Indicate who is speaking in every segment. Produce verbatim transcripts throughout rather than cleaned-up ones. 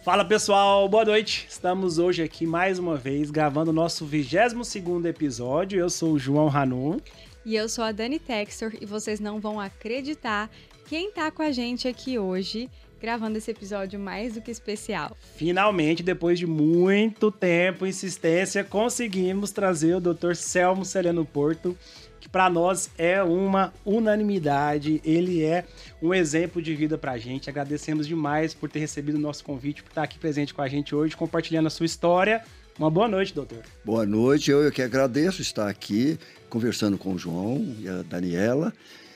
Speaker 1: Fala pessoal, boa noite. Estamos hoje aqui mais uma vez gravando o nosso vigésimo segundo episódio. Eu sou o João Hanum.
Speaker 2: E eu sou a Dani Textor e vocês não vão acreditar quem tá com a gente aqui hoje gravando esse episódio mais do que especial.
Speaker 1: Finalmente, depois de muito tempo e insistência, conseguimos trazer o doutor Selmo Celeno Porto, que para nós é uma unanimidade. Ele é um exemplo de vida pra gente. Agradecemos demais por ter recebido o nosso convite, por estar aqui presente com a gente hoje, compartilhando a sua história. Uma boa noite, doutor.
Speaker 3: Boa noite, eu, eu que agradeço estar aqui conversando com o João e a Daniela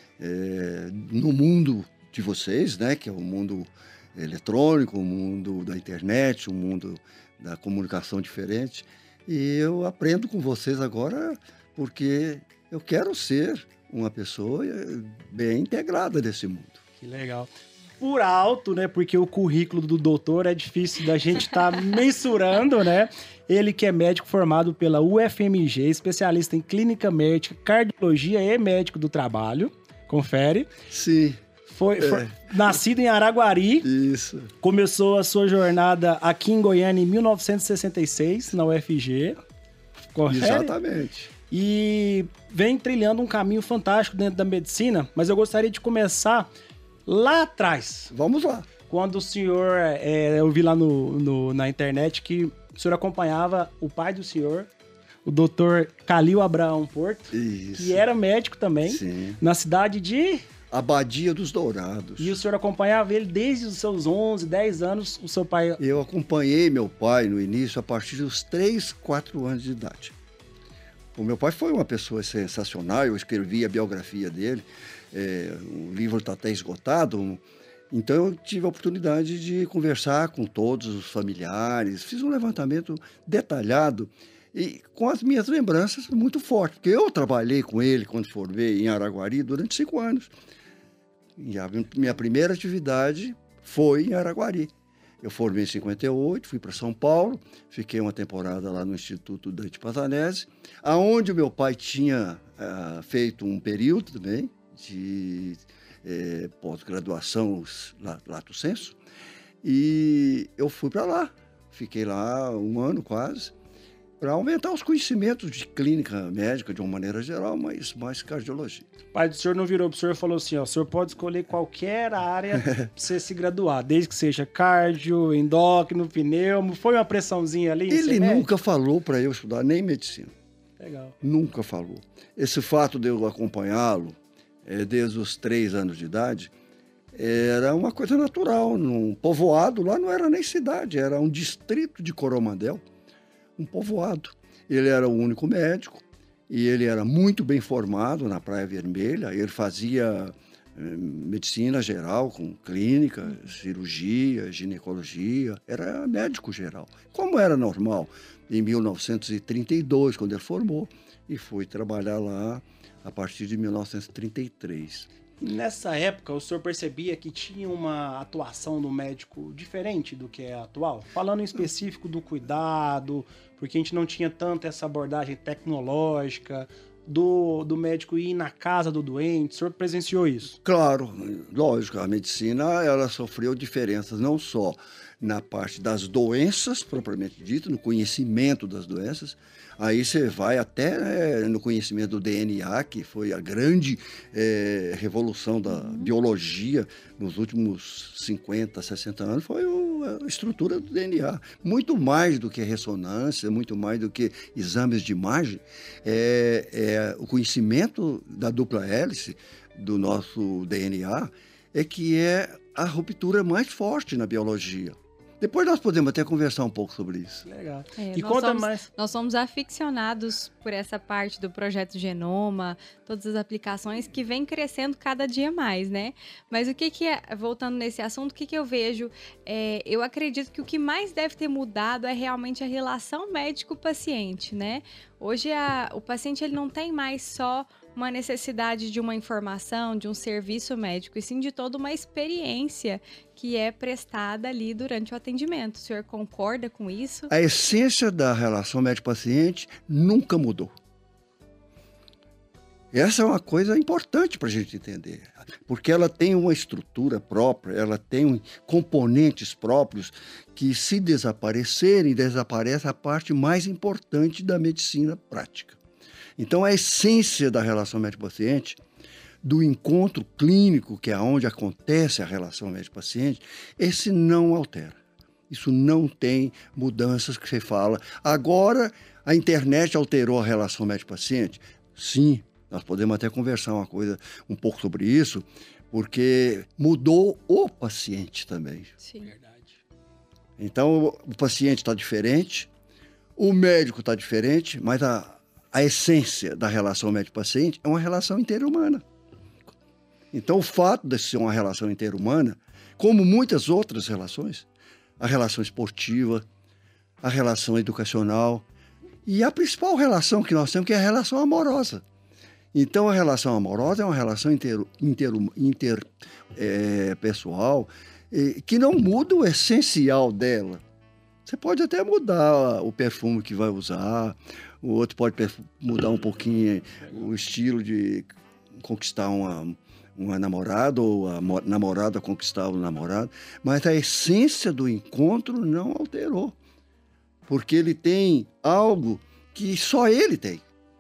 Speaker 3: é, no mundo de vocês, né, que é o mundo eletrônico, o mundo da internet, o mundo da comunicação diferente. E eu aprendo com vocês agora porque eu quero ser uma pessoa bem integrada nesse mundo.
Speaker 1: Que legal. Por alto, né? Porque o currículo do doutor é difícil da gente estar tá mensurando, né? Ele que é médico formado pela U F M G, especialista em clínica médica, cardiologia e médico do trabalho. Confere.
Speaker 3: Sim.
Speaker 1: Foi, foi é. Nascido em Araguari.
Speaker 3: Isso.
Speaker 1: Começou a sua jornada aqui em Goiânia em mil novecentos e sessenta e seis, na U F G. Confere?
Speaker 3: Exatamente.
Speaker 1: E vem trilhando um caminho fantástico dentro da medicina, mas eu gostaria de começar lá atrás.
Speaker 3: Vamos lá.
Speaker 1: Quando o senhor, é, eu vi lá no, no, na internet que o senhor acompanhava o pai do senhor, o doutor Calil Abraão Porto,
Speaker 3: Isso.
Speaker 1: que era médico também,
Speaker 3: Sim.
Speaker 1: na cidade de...
Speaker 3: Abadia dos Dourados.
Speaker 1: E o senhor acompanhava ele desde os seus onze, dez anos, o seu pai...
Speaker 3: Eu acompanhei meu pai no início a partir dos três, quatro anos de idade. O meu pai foi uma pessoa sensacional, eu escrevi a biografia dele, é, o livro está até esgotado, então eu tive a oportunidade de conversar com todos os familiares, fiz um levantamento detalhado e com as minhas lembranças muito fortes, porque eu trabalhei com ele quando formei em Araguari durante cinco anos. E a minha primeira atividade foi em Araguari. Eu formei em cinquenta e oito, fui para São Paulo, fiquei uma temporada lá no Instituto Dante Pazanese, aonde o meu pai tinha uh, feito um período também de eh, pós-graduação lato sensu, e eu fui para lá, fiquei lá um ano quase, para aumentar os conhecimentos de clínica médica de uma maneira geral, mas mais cardiologia.
Speaker 1: O pai do senhor não virou para o senhor e falou assim, ó, o senhor pode escolher qualquer área para você se graduar, desde que seja cardio, endócrino, pneumo, foi uma pressãozinha ali?
Speaker 3: Ele nunca falou para eu estudar nem medicina.
Speaker 1: Legal.
Speaker 3: Nunca falou. Esse fato de eu acompanhá-lo, é, desde os três anos de idade, era uma coisa natural. Num povoado lá não era nem cidade, era um distrito de Coromandel. Um povoado. Ele era o único médico e ele era muito bem formado na Praia Vermelha. Ele fazia eh, medicina geral, com clínica, cirurgia, ginecologia. Era médico geral, como era normal em mil novecentos e trinta e dois, quando ele formou, e foi trabalhar lá a partir de mil novecentos e trinta e três.
Speaker 1: Nessa época, o senhor percebia que tinha uma atuação do médico diferente do que é atual? Falando em específico do cuidado, porque a gente não tinha tanto essa abordagem tecnológica, do, do médico ir na casa do doente, o senhor presenciou isso?
Speaker 3: Claro, lógico, a medicina ela sofreu diferenças não só na parte das doenças, propriamente dito, no conhecimento das doenças. Aí você vai até é, no conhecimento do D N A, que foi a grande é, revolução da uhum. biologia nos últimos cinquenta, sessenta anos, foi o, a estrutura do D N A. Muito mais do que ressonância, muito mais do que exames de imagem, é, é, o conhecimento da dupla hélice do nosso D N A é que é a ruptura mais forte na biologia. Depois nós podemos até conversar um pouco sobre isso.
Speaker 1: Legal.
Speaker 2: É,
Speaker 1: e
Speaker 2: nós
Speaker 1: conta
Speaker 2: somos,
Speaker 1: mais.
Speaker 2: Nós somos aficionados por essa parte do projeto Genoma, todas as aplicações que vem crescendo cada dia mais, né? Mas o que que é, voltando nesse assunto, o que que eu vejo? É, eu acredito que o que mais deve ter mudado é realmente a relação médico-paciente, né? Hoje a, o paciente ele não tem mais só uma necessidade de uma informação, de um serviço médico, e sim de toda uma experiência que é prestada ali durante o atendimento. O senhor concorda com isso?
Speaker 3: A essência da relação médico-paciente nunca mudou. Essa é uma coisa importante para a gente entender, porque ela tem uma estrutura própria, ela tem componentes próprios que, se desaparecerem, desaparece a parte mais importante da medicina prática. Então, a essência da relação médico-paciente, do encontro clínico, que é onde acontece a relação médico-paciente, esse não altera. Isso não tem mudanças que você fala. Agora, a internet alterou a relação médico-paciente? Sim, nós podemos até conversar uma coisa, um pouco sobre isso, porque mudou o paciente também.
Speaker 2: Sim.
Speaker 1: Verdade.
Speaker 3: Então, o paciente está diferente, o médico está diferente, mas a, a essência da relação médico-paciente é uma relação inter-humana. Então, o fato de ser uma relação inter-humana, como muitas outras relações, a relação esportiva, a relação educacional e a principal relação que nós temos, que é a relação amorosa. Então, a relação amorosa é uma relação interpessoal, inter, inter, é, pessoal, é, que não muda o essencial dela. Você pode até mudar o perfume que vai usar, o outro pode mudar um pouquinho o estilo de conquistar uma, uma namorada, ou a namorada conquistar o namorado, mas a essência do encontro não alterou, porque ele tem algo que só ele tem.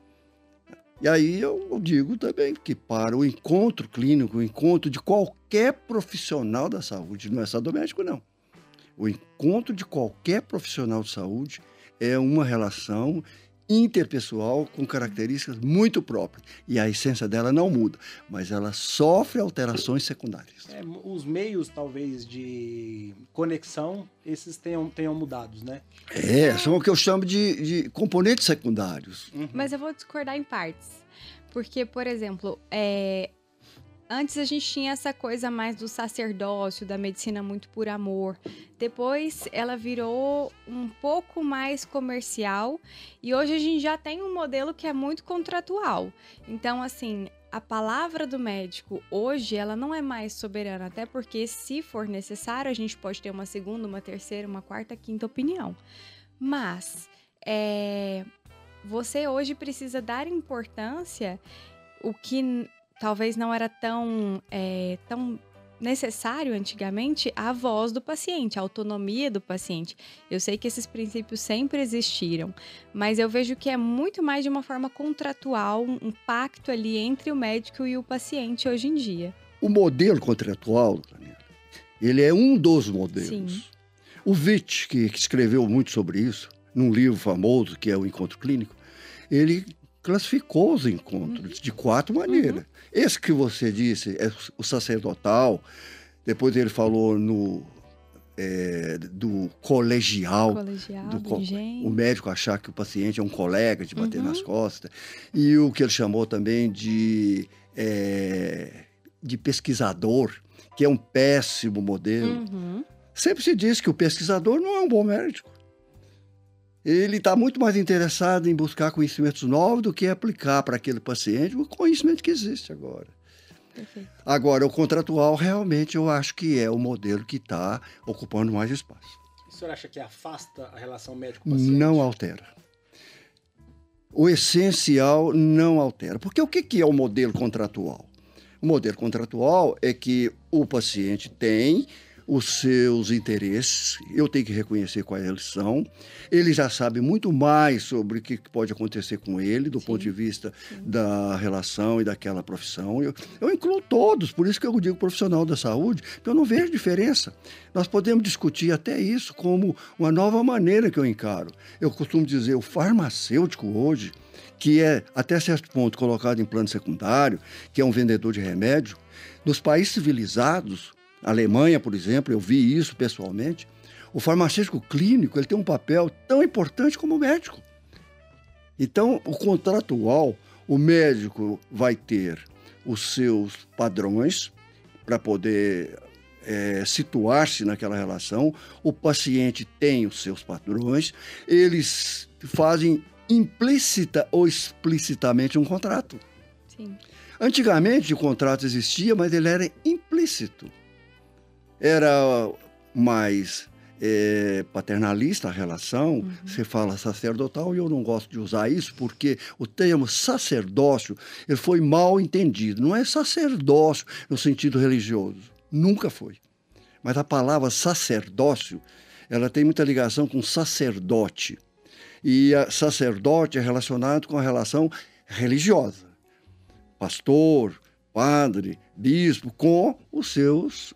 Speaker 3: E aí eu digo também que para o encontro clínico, o encontro de qualquer profissional da saúde, não é só do médico, não. O encontro de qualquer profissional de saúde é uma relação interpessoal com características muito próprias. E a essência dela não muda, mas ela sofre alterações secundárias.
Speaker 1: É, os meios, talvez, de conexão, esses tenham, tenham mudado, né?
Speaker 3: É, são o que eu chamo de, de componentes secundários.
Speaker 2: Uhum. Mas eu vou discordar em partes. Porque, por exemplo, é... antes a gente tinha essa coisa mais do sacerdócio, da medicina muito por amor. Depois ela virou um pouco mais comercial e hoje a gente já tem um modelo que é muito contratual. Então, assim, a palavra do médico hoje ela não é mais soberana, até porque se for necessário a gente pode ter uma segunda, uma terceira, uma quarta, quinta opinião. Mas é, você hoje precisa dar importância o que talvez não era tão, é, tão necessário antigamente, a voz do paciente, a autonomia do paciente. Eu sei que esses princípios sempre existiram, mas eu vejo que é muito mais de uma forma contratual, um pacto ali entre o médico e o paciente hoje em dia.
Speaker 3: O modelo contratual, ele é um dos modelos.
Speaker 2: Sim.
Speaker 3: O Witt, que, que escreveu muito sobre isso, num livro famoso, que é o Encontro Clínico, ele classificou os encontros uhum. de quatro maneiras. Uhum. Esse que você disse é o sacerdotal, depois ele falou no, é, do colegial,
Speaker 2: colegial
Speaker 3: do co
Speaker 2: gente.
Speaker 3: O médico achar que o paciente é um colega de bater
Speaker 2: uhum.
Speaker 3: nas costas, e o que ele chamou também de, é, de pesquisador, que é um péssimo modelo.
Speaker 2: Uhum.
Speaker 3: Sempre se diz que o pesquisador não é um bom médico. Ele está muito mais interessado em buscar conhecimentos novos do que aplicar para aquele paciente o conhecimento que existe agora.
Speaker 2: Perfeito.
Speaker 3: Agora, o contratual, realmente, eu acho que é o modelo que está ocupando mais espaço.
Speaker 1: O senhor acha que afasta a relação médico-paciente?
Speaker 3: Não altera. O essencial não altera. Porque o que é o modelo contratual? O modelo contratual é que o paciente tem os seus interesses, eu tenho que reconhecer quais eles são. Ele já sabe muito mais sobre o que pode acontecer com ele, do Sim. ponto de vista Sim. da relação e daquela profissão. Eu, eu incluo todos, por isso que eu digo profissional da saúde, porque eu não vejo diferença. Nós podemos discutir até isso como uma nova maneira que eu encaro. Eu costumo dizer, o farmacêutico hoje, que é, até certo ponto, colocado em plano secundário, que é um vendedor de remédio, nos países civilizados, Alemanha, por exemplo, eu vi isso pessoalmente, o farmacêutico clínico ele tem um papel tão importante como o médico. Então, o contratual, o médico vai ter os seus padrões para poder é, situar-se naquela relação, o paciente tem os seus padrões, eles fazem implícita ou explicitamente um contrato.
Speaker 2: Sim.
Speaker 3: Antigamente o contrato existia, mas ele era implícito. Era mais é, paternalista a relação, uhum. Você fala sacerdotal, e eu não gosto de usar isso, porque o termo sacerdócio ele foi mal entendido. Não é sacerdócio no sentido religioso, nunca foi. Mas a palavra sacerdócio, ela tem muita ligação com sacerdote. E a sacerdote é relacionado com a relação religiosa. Pastor, padre, bispo, com os seus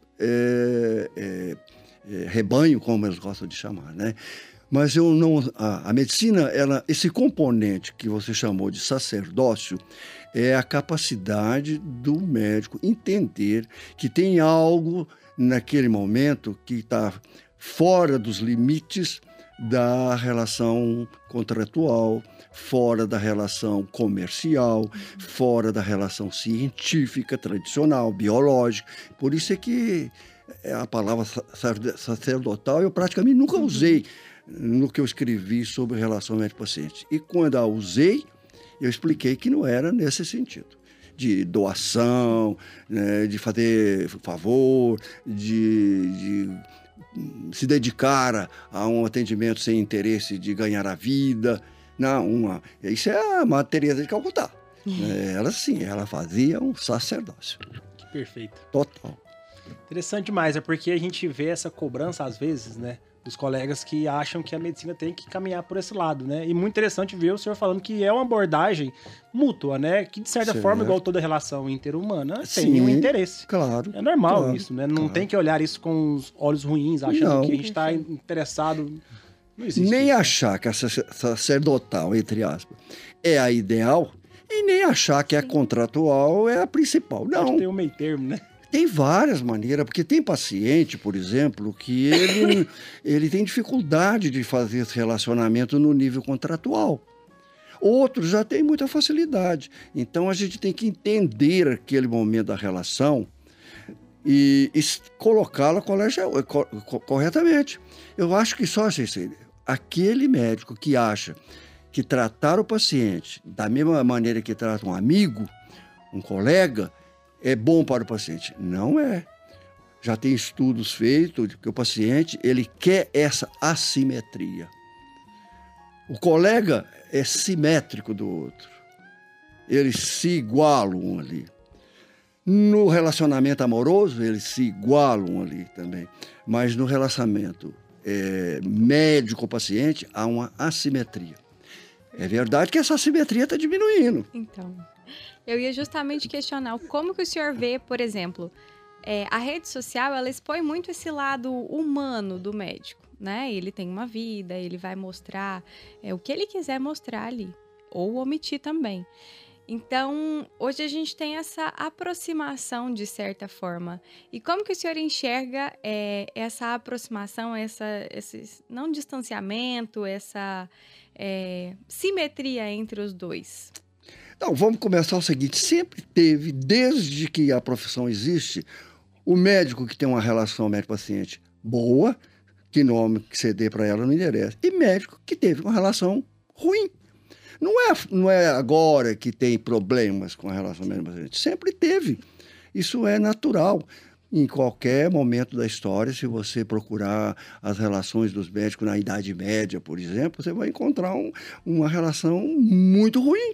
Speaker 3: é, é, é, rebanho, como eles gostam de chamar, né? Mas eu não, a, a medicina, ela, esse componente que você chamou de sacerdócio, é a capacidade do médico entender que tem algo naquele momento que está fora dos limites da relação contratual, fora da relação comercial, fora da relação científica, tradicional, biológica. Por isso é que a palavra sacerdotal eu praticamente nunca usei no que eu escrevi sobre relação médico-paciente. E quando a usei, eu expliquei que não era nesse sentido. De doação, né, de fazer favor, de... de se dedicar a um atendimento sem interesse de ganhar a vida. Não, uma, isso é a Madre Teresa de Calcutá. É, ela sim, ela fazia um sacerdócio.
Speaker 1: Que perfeito.
Speaker 3: Total.
Speaker 1: Interessante demais, é porque a gente vê essa cobrança às vezes, né? Dos colegas que acham que a medicina tem que caminhar por esse lado, né? E muito interessante ver o senhor falando que é uma abordagem mútua, né? Que, de certa certo. forma, igual toda relação interhumana,
Speaker 3: Sim,
Speaker 1: tem um interesse.
Speaker 3: Claro.
Speaker 1: É normal
Speaker 3: claro,
Speaker 1: isso, né? Não
Speaker 3: claro.
Speaker 1: tem que olhar isso com os olhos ruins, achando
Speaker 3: Não.
Speaker 1: que a gente está interessado. Não existe
Speaker 3: nem
Speaker 1: isso.
Speaker 3: achar que a sacerdotal, entre aspas, é a ideal, e nem achar que a contratual é a principal. Não.
Speaker 1: Pode ter um meio termo, né?
Speaker 3: Tem várias maneiras, porque tem paciente, por exemplo, que ele, ele tem dificuldade de fazer esse relacionamento no nível contratual. Outros já têm muita facilidade. Então, a gente tem que entender aquele momento da relação e, e colocá-la corretamente. Eu acho que só assim, aquele médico que acha que tratar o paciente da mesma maneira que trata um amigo, um colega, é bom para o paciente. Não é. Já tem estudos feitos de que o paciente ele quer essa assimetria. O colega é simétrico do outro. Eles se igualam um ali. No relacionamento amoroso, eles se igualam ali também. Mas no relacionamento é, médico-paciente, há uma assimetria. É verdade que essa assimetria está diminuindo.
Speaker 2: Então... Eu ia justamente questionar como que o senhor vê, por exemplo, é, a rede social, ela expõe muito esse lado humano do médico, né? Ele tem uma vida, ele vai mostrar é, o que ele quiser mostrar ali, ou omitir também. Então, hoje a gente tem essa aproximação de certa forma. E como que o senhor enxerga é, essa aproximação, essa, esse, não distanciamento, essa é, simetria entre os dois?
Speaker 3: Então, vamos começar o seguinte, sempre teve, desde que a profissão existe, o médico que tem uma relação médico-paciente boa, que nome que você dê para ela não interessa, e médico que teve uma relação ruim. Não é, não é agora que tem problemas com a relação médico-paciente, sempre teve. Isso é natural. Em qualquer momento da história, se você procurar as relações dos médicos na Idade Média, por exemplo, você vai encontrar um, uma relação muito ruim.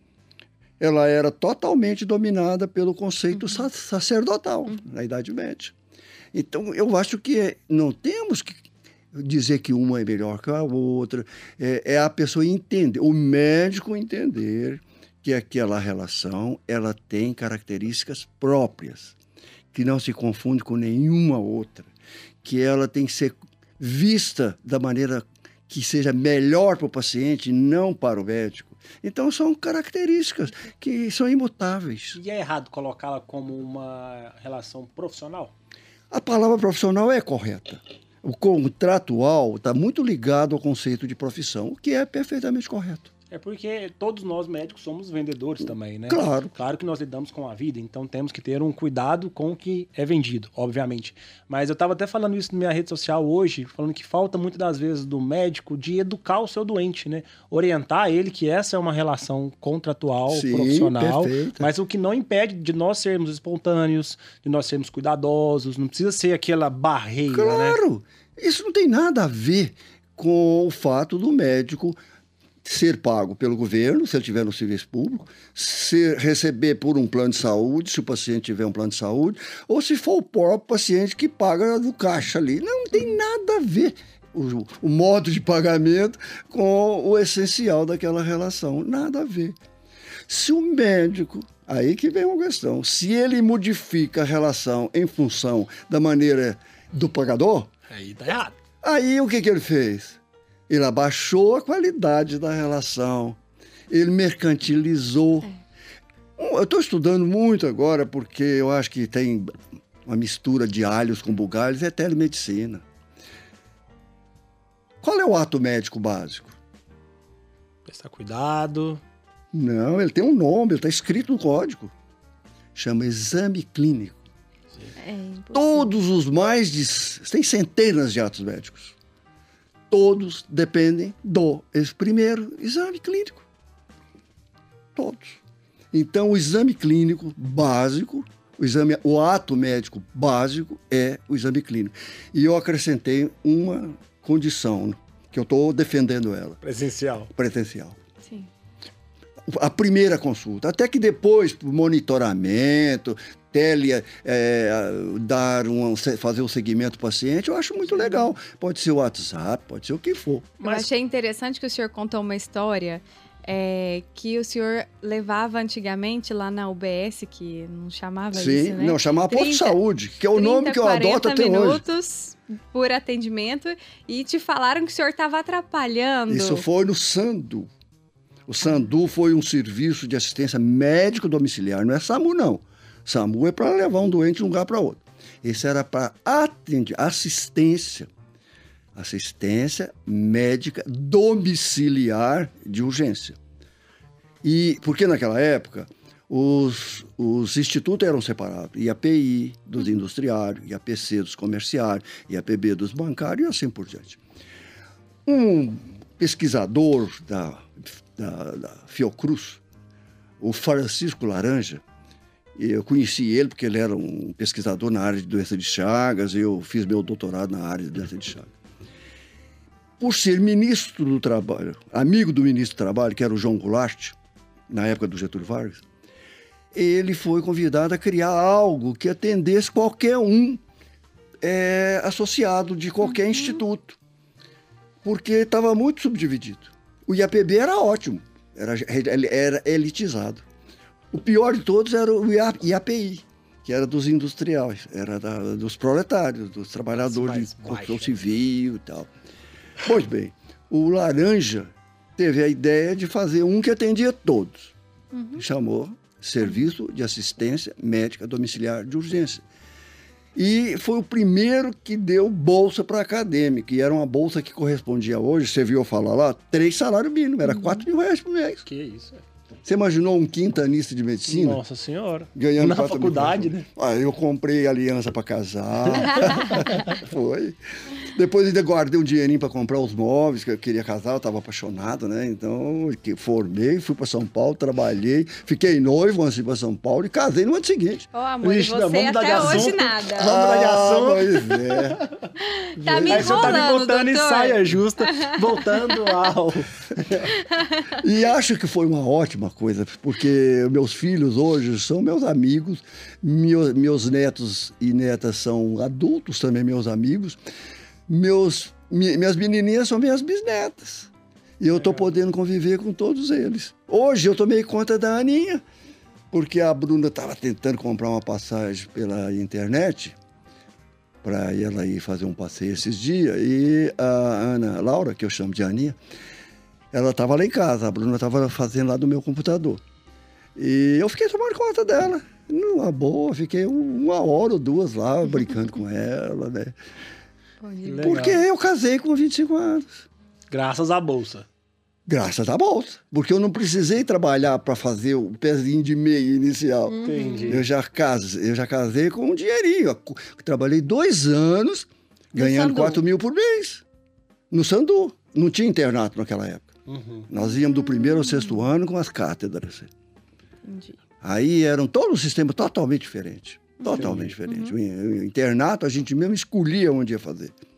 Speaker 3: Ela era totalmente dominada pelo conceito uhum. sacerdotal uhum. na Idade Média. Então, eu acho que não temos que dizer que uma é melhor que a outra. É, é a pessoa entender, o médico entender que aquela relação ela tem características próprias, que não se confunde com nenhuma outra, que ela tem que ser vista da maneira que seja melhor para o paciente, não para o médico. Então, são características que são imutáveis.
Speaker 1: E é errado colocá-la como uma relação profissional?
Speaker 3: A palavra profissional é correta. O contratual está muito ligado ao conceito de profissão, o que é perfeitamente correto.
Speaker 1: É porque todos nós médicos somos vendedores também, né?
Speaker 3: Claro.
Speaker 1: Claro que nós lidamos com a vida, então temos que ter um cuidado com o que é vendido, obviamente. Mas eu estava até falando isso na minha rede social hoje, falando que falta muitas das vezes do médico de educar o seu doente, né? Orientar ele que essa é uma relação contratual,
Speaker 3: Sim,
Speaker 1: profissional,
Speaker 3: perfeito.
Speaker 1: Mas o que não impede de nós sermos espontâneos, de nós sermos cuidadosos, não precisa ser aquela barreira,
Speaker 3: claro.
Speaker 1: né?
Speaker 3: Isso não tem nada a ver com o fato do médico ser pago pelo governo, se ele tiver no serviço público, ser, receber por um plano de saúde, se o paciente tiver um plano de saúde, ou se for o próprio paciente que paga do caixa ali. Não, não tem nada a ver o, o modo de pagamento com o essencial daquela relação. Nada a ver. Se o médico, aí que vem uma questão, se ele modifica a relação em função da maneira do pagador,
Speaker 1: Aí tá errado.
Speaker 3: aí o que, que ele fez? Ele abaixou a qualidade da relação, ele mercantilizou. É. Eu estou estudando muito agora, porque eu acho que tem uma mistura de alhos com bugalhos, é telemedicina. Qual é o ato médico básico?
Speaker 1: Prestar cuidado.
Speaker 3: Não, ele tem um nome, ele está escrito no código. Chama exame clínico.
Speaker 2: É
Speaker 3: Todos os mais de... Tem centenas de atos médicos. Todos dependem do esse primeiro exame clínico. Todos. Então, o exame clínico básico, o, exame, o ato médico básico é o exame clínico. E eu acrescentei uma condição, que eu estou defendendo ela.
Speaker 1: Presencial.
Speaker 3: Presencial.
Speaker 2: Sim.
Speaker 3: A primeira consulta. Até que depois, monitoramento, tele, é, dar um, fazer o segmento do paciente, eu acho muito legal. Pode ser o WhatsApp, pode ser o que for.
Speaker 2: Mas... Eu achei interessante que o senhor contou uma história é, que o senhor levava antigamente lá na U B S, que não chamava
Speaker 3: Sim,
Speaker 2: isso, né?
Speaker 3: não, chamava posto de saúde, que é o
Speaker 2: trinta,
Speaker 3: nome que eu adoto até
Speaker 2: minutos
Speaker 3: hoje.
Speaker 2: Por atendimento, e te falaram que o senhor estava atrapalhando.
Speaker 3: Isso foi no Sandu. O Sandu foi um serviço de assistência médico domiciliar, não é SAMU, não. SAMU é para levar um doente de um lugar para outro. Esse era para atender, assistência, assistência médica domiciliar de urgência. E porque naquela época os, os institutos eram separados, I A P I dos industriários, I A P C dos comerciários, I A P B dos bancários e assim por diante. Um pesquisador da, da, da Fiocruz, o Francisco Laranja, eu conheci ele porque ele era um pesquisador na área de doença de Chagas, eu fiz meu doutorado na área de doença de Chagas. Por ser ministro do Trabalho, amigo do ministro do Trabalho, que era o João Goulart, na época do Getúlio Vargas, ele foi convidado a criar algo que atendesse qualquer um é, associado de qualquer uhum. instituto, porque estava muito subdividido. O I A P B era ótimo, era, era elitizado. O pior de todos era o I A P I, que era dos industriais, era da, dos proletários, dos trabalhadores de construção civil e tal. Pois bem, o Laranja teve a ideia de fazer um que atendia todos. Uhum. Chamou Serviço de Assistência Médica Domiciliar de Urgência. E foi o primeiro que deu bolsa para acadêmico, e era uma bolsa que correspondia hoje, você viu eu falar lá, três salários mínimos, era quatro mil reais por mês.
Speaker 1: Que isso, é.
Speaker 3: Você imaginou um quintanista de medicina?
Speaker 1: Nossa Senhora.
Speaker 3: Ganhando
Speaker 1: na faculdade, né?
Speaker 3: Ah, eu comprei aliança para casar. Foi. Depois ainda guardei um dinheirinho para comprar os móveis, que eu queria casar, eu estava apaixonado, né? Então, formei, fui para São Paulo, trabalhei, fiquei noivo antes de ir para São Paulo e casei no ano seguinte.
Speaker 2: Ô, oh, amor, Ixi, você não, até hoje nada.
Speaker 1: Vamos mudar de assunto.
Speaker 3: Pois é.
Speaker 2: Tá me
Speaker 1: Aí você tá me botando em
Speaker 2: doutor.
Speaker 1: saia justa, voltando ao...
Speaker 3: E acho que foi uma ótima coisa, porque meus filhos hoje são meus amigos, meus, meus netos e netas são adultos também, meus amigos. Meus, minhas menininhas são minhas bisnetas. E eu estou podendo conviver com todos eles. Hoje eu tomei conta da Aninha, porque a Bruna estava tentando comprar uma passagem pela internet para ela ir fazer um passeio esses dias. E a Ana Laura, que eu chamo de Aninha, ela estava lá em casa, a Bruna estava fazendo lá do meu computador. E eu fiquei tomando conta dela. Numa boa, fiquei uma hora ou duas lá brincando com ela, né? Porque eu casei com vinte e cinco anos.
Speaker 1: Graças à bolsa.
Speaker 3: Graças à bolsa. Porque eu não precisei trabalhar para fazer o pezinho de meia inicial.
Speaker 1: Entendi.
Speaker 3: Eu já casei, eu já casei com um dinheirinho. Eu trabalhei dois anos ganhando quatro mil por mês. No Sandu. Não tinha internato naquela época. Uhum. Nós íamos do primeiro ao sexto ano com as cátedras.
Speaker 2: Entendi.
Speaker 3: Aí eram todo um sistema totalmente diferente. Totalmente Sim. diferente. Uhum. O internato, a gente mesmo escolhia onde ia fazer.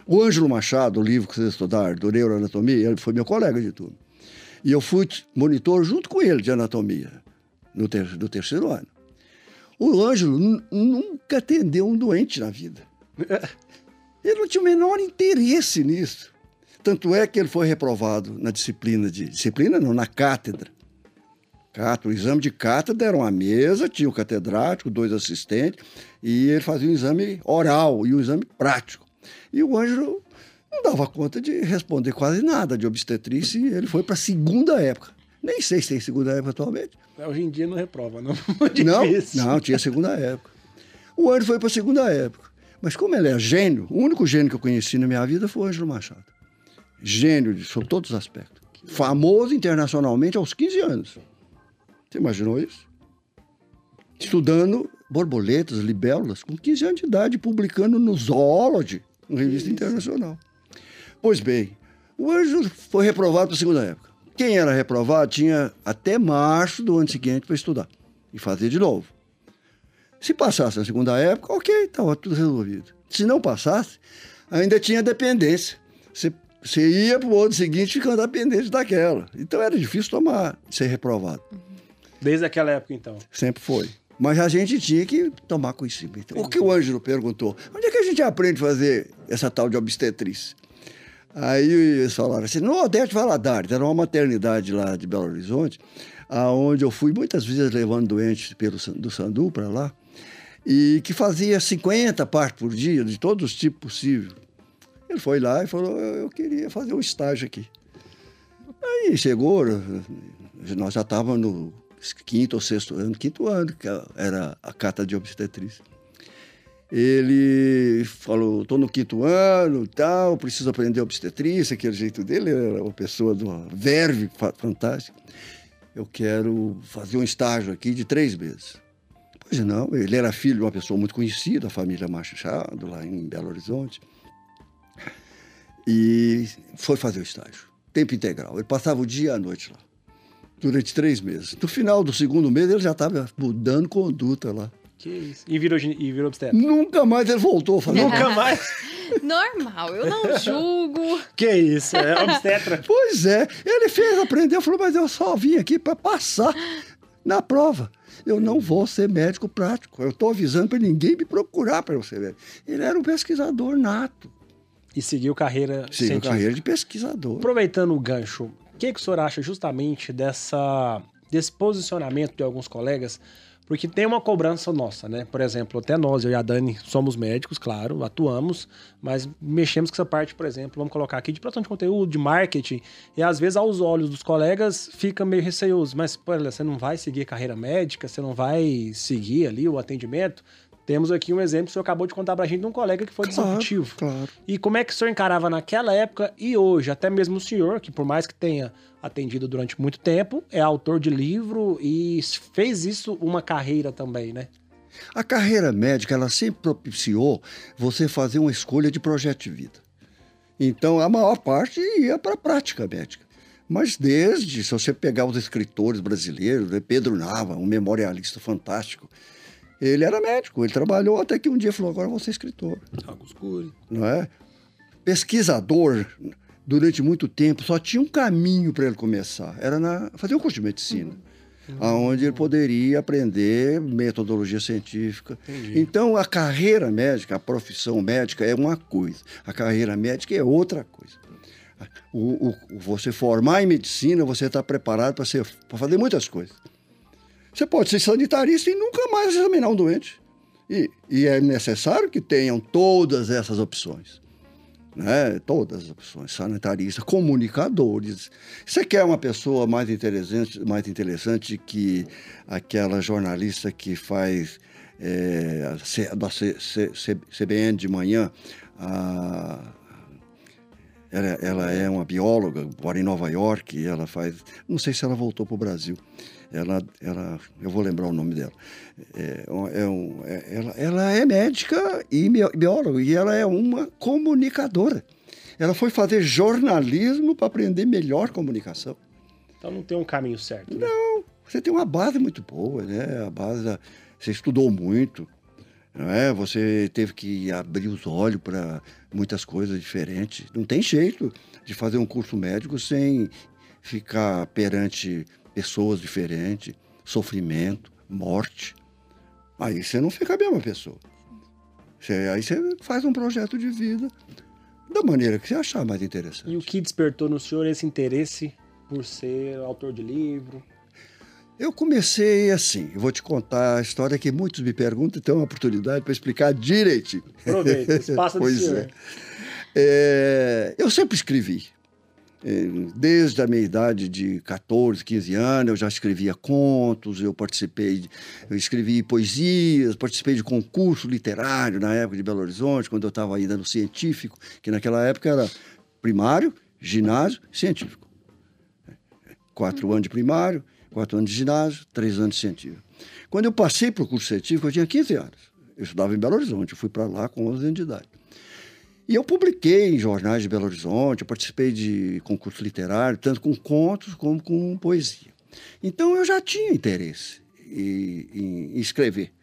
Speaker 3: O Ângelo Machado, o livro que vocês estudaram, do Neuroanatomia, ele foi meu colega de turma. E eu fui monitor junto com ele de anatomia, no, ter, no terceiro ano. O Ângelo nunca atendeu um doente na vida. Ele não tinha o menor interesse nisso. Tanto é que ele foi reprovado na disciplina de... Disciplina não, na cátedra. Cátedra, o exame de cátedra era uma mesa, tinha o catedrático, dois assistentes, e ele fazia um exame oral e um exame prático. E o Ângelo não dava conta de responder quase nada de obstetrícia e ele foi para a segunda época. Nem sei se tem segunda época atualmente.
Speaker 1: Hoje em dia não reprova, não.
Speaker 3: Não, não, tinha segunda época. O Ângelo foi para a segunda época. Mas como ele é gênio, o único gênio que eu conheci na minha vida foi o Ângelo Machado. Gênio de, sob todos os aspectos. Famoso internacionalmente aos quinze anos. Você imaginou isso? Estudando borboletas, libélulas, com quinze anos de idade, publicando no Zoology, uma revista internacional. Pois bem, o Ângelo foi reprovado para a segunda época. Quem era reprovado tinha até março do ano seguinte para estudar e fazer de novo. Se passasse na segunda época, ok, estava tudo resolvido. Se não passasse, ainda tinha dependência. Você, você ia para o ano seguinte ficando dependente daquela. Então era difícil tomar, ser reprovado.
Speaker 1: Desde aquela época, então?
Speaker 3: Sempre foi. Mas a gente tinha que tomar conhecimento. O que o Ângelo perguntou, onde é que a gente aprende a fazer essa tal de obstetrícia? Aí eles falaram assim, no Odete Valadares, era uma maternidade lá de Belo Horizonte, aonde eu fui muitas vezes levando doentes pelo, do Sandu para lá, e que fazia cinquenta partos por dia, de todos os tipos possíveis. Ele foi lá e falou, eu queria fazer um estágio aqui. Aí chegou, nós já estávamos no quinto ou sexto ano, quinto ano, que era a cata de obstetrícia. Ele falou, estou no quinto ano, tal, preciso aprender obstetrícia, aquele jeito dele, era uma pessoa de uma verve fantástica. Eu quero fazer um estágio aqui de três meses. Pois não, ele era filho de uma pessoa muito conhecida, a família Machado, lá em Belo Horizonte. E foi fazer o estágio, tempo integral. Ele passava o dia e a noite lá, durante três meses. No final do segundo mês, ele já estava mudando conduta lá.
Speaker 1: Que isso. E virou, e virou obstetra?
Speaker 3: Nunca mais ele voltou a fazer.
Speaker 1: Nunca mais?
Speaker 2: Normal, eu não julgo.
Speaker 1: Que isso, é obstetra?
Speaker 3: Pois é, ele fez, aprendeu, falou, mas eu só vim aqui para passar na prova. Eu não vou ser médico prático. Eu estou avisando para ninguém me procurar para eu ser médico. Ele era um pesquisador nato.
Speaker 1: E seguiu carreira
Speaker 3: Seguiu
Speaker 1: científica.
Speaker 3: carreira de pesquisador.
Speaker 1: Aproveitando o gancho, o que, que o senhor acha justamente dessa, desse posicionamento de alguns colegas? Porque tem uma cobrança nossa, né? Por exemplo, até nós, eu e a Dani, somos médicos, claro, atuamos, mas mexemos com essa parte, por exemplo, vamos colocar aqui de produção de conteúdo, de marketing, e às vezes aos olhos dos colegas fica meio receoso, mas, pô, você não vai seguir carreira médica, você não vai seguir ali o atendimento? Temos aqui um exemplo que o senhor acabou de contar pra gente de um colega que foi disruptivo.
Speaker 3: Claro, claro.
Speaker 1: E como é que o senhor encarava naquela época e hoje? Até mesmo o senhor, que por mais que tenha atendido durante muito tempo, é autor de livro e fez isso uma carreira também, né?
Speaker 3: A carreira médica, ela sempre propiciou você fazer uma escolha de projeto de vida. Então, a maior parte ia para a prática médica. Mas desde, se você pegar os escritores brasileiros, né, Pedro Nava, um memorialista fantástico, ele era médico, ele trabalhou até que um dia falou, agora eu vou ser escritor.
Speaker 1: Augusto Cury.
Speaker 3: Não é? Pesquisador, durante muito tempo, só tinha um caminho para ele começar, era na, fazer um curso de medicina, uhum. onde ele poderia aprender metodologia científica. Entendi. Então, a carreira médica, a profissão médica é uma coisa, a carreira médica é outra coisa. O, o, você formar em medicina, você está preparado para fazer muitas coisas. Você pode ser sanitarista e nunca mais examinar um doente. E, e é necessário que tenham todas essas opções. Né? Todas as opções. Sanitaristas, comunicadores. Você quer uma pessoa mais interessante, mais interessante que aquela jornalista que faz é, da C, C, C, C B N de manhã, a... Ela, ela é uma bióloga, mora em Nova York, e ela faz... Não sei se ela voltou para o Brasil. Ela, ela, eu vou lembrar o nome dela. É, é um, é, ela, ela é médica e bióloga, e ela é uma comunicadora. Ela foi fazer jornalismo para aprender melhor comunicação.
Speaker 1: Então não tem um caminho certo, né?
Speaker 3: Não, você tem uma base muito boa, né? A base da, você estudou muito. não é? Você teve que abrir os olhos para muitas coisas diferentes. Não tem jeito de fazer um curso médico sem ficar perante pessoas diferentes, sofrimento, morte. Aí você não fica a mesma pessoa. Você, aí você faz um projeto de vida da maneira que você achar mais interessante.
Speaker 1: E o que despertou no senhor esse interesse por ser autor de livro?
Speaker 3: Eu comecei assim, eu vou te contar a história que muitos me perguntam e tem uma oportunidade para explicar direitinho.
Speaker 1: Aproveita, espaço do
Speaker 3: pois
Speaker 1: senhor.
Speaker 3: É. É, eu sempre escrevi. Desde a minha idade de quatorze, quinze anos, eu já escrevia contos, eu participei, eu escrevi poesias, participei de concurso literário na época de Belo Horizonte, quando eu estava ainda no científico, que naquela época era primário, ginásio, científico. Quatro anos de primário, quatro anos de ginásio, três anos de científico. Quando eu passei para o curso científico, eu tinha quinze anos. Eu estudava em Belo Horizonte, eu fui para lá com onze anos de idade. E eu publiquei em jornais de Belo Horizonte, eu participei de concurso literário, tanto com contos como com poesia. Então, eu já tinha interesse em, em escrever.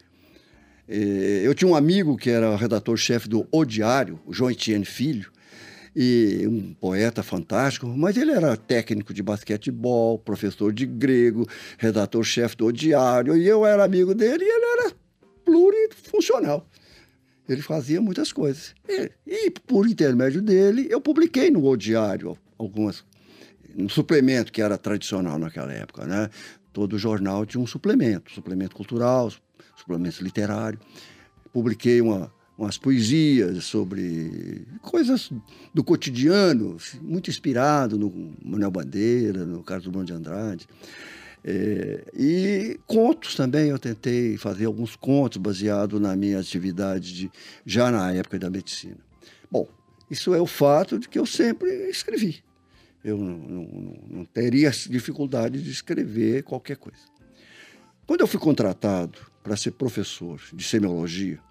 Speaker 3: Eu tinha um amigo que era redator-chefe do O Diário, o João Etienne Filho, e um poeta fantástico, mas ele era técnico de basquetebol, professor de grego, redator-chefe do O Diário, e eu era amigo dele e ele era plurifuncional. Ele fazia muitas coisas. E, e, por intermédio dele, eu publiquei no O Diário algumas... Um suplemento que era tradicional naquela época, né? Todo jornal tinha um suplemento, suplemento cultural, suplemento literário. Publiquei uma, umas poesias sobre coisas do cotidiano, muito inspirado no Manuel Bandeira, no Carlos Drummond de Andrade. É, e contos também, eu tentei fazer alguns contos baseados na minha atividade de, já na época da medicina. Bom, isso é o fato de que eu sempre escrevi. Eu não, não, não teria dificuldade de escrever qualquer coisa. Quando eu fui contratado para ser professor de semiologia,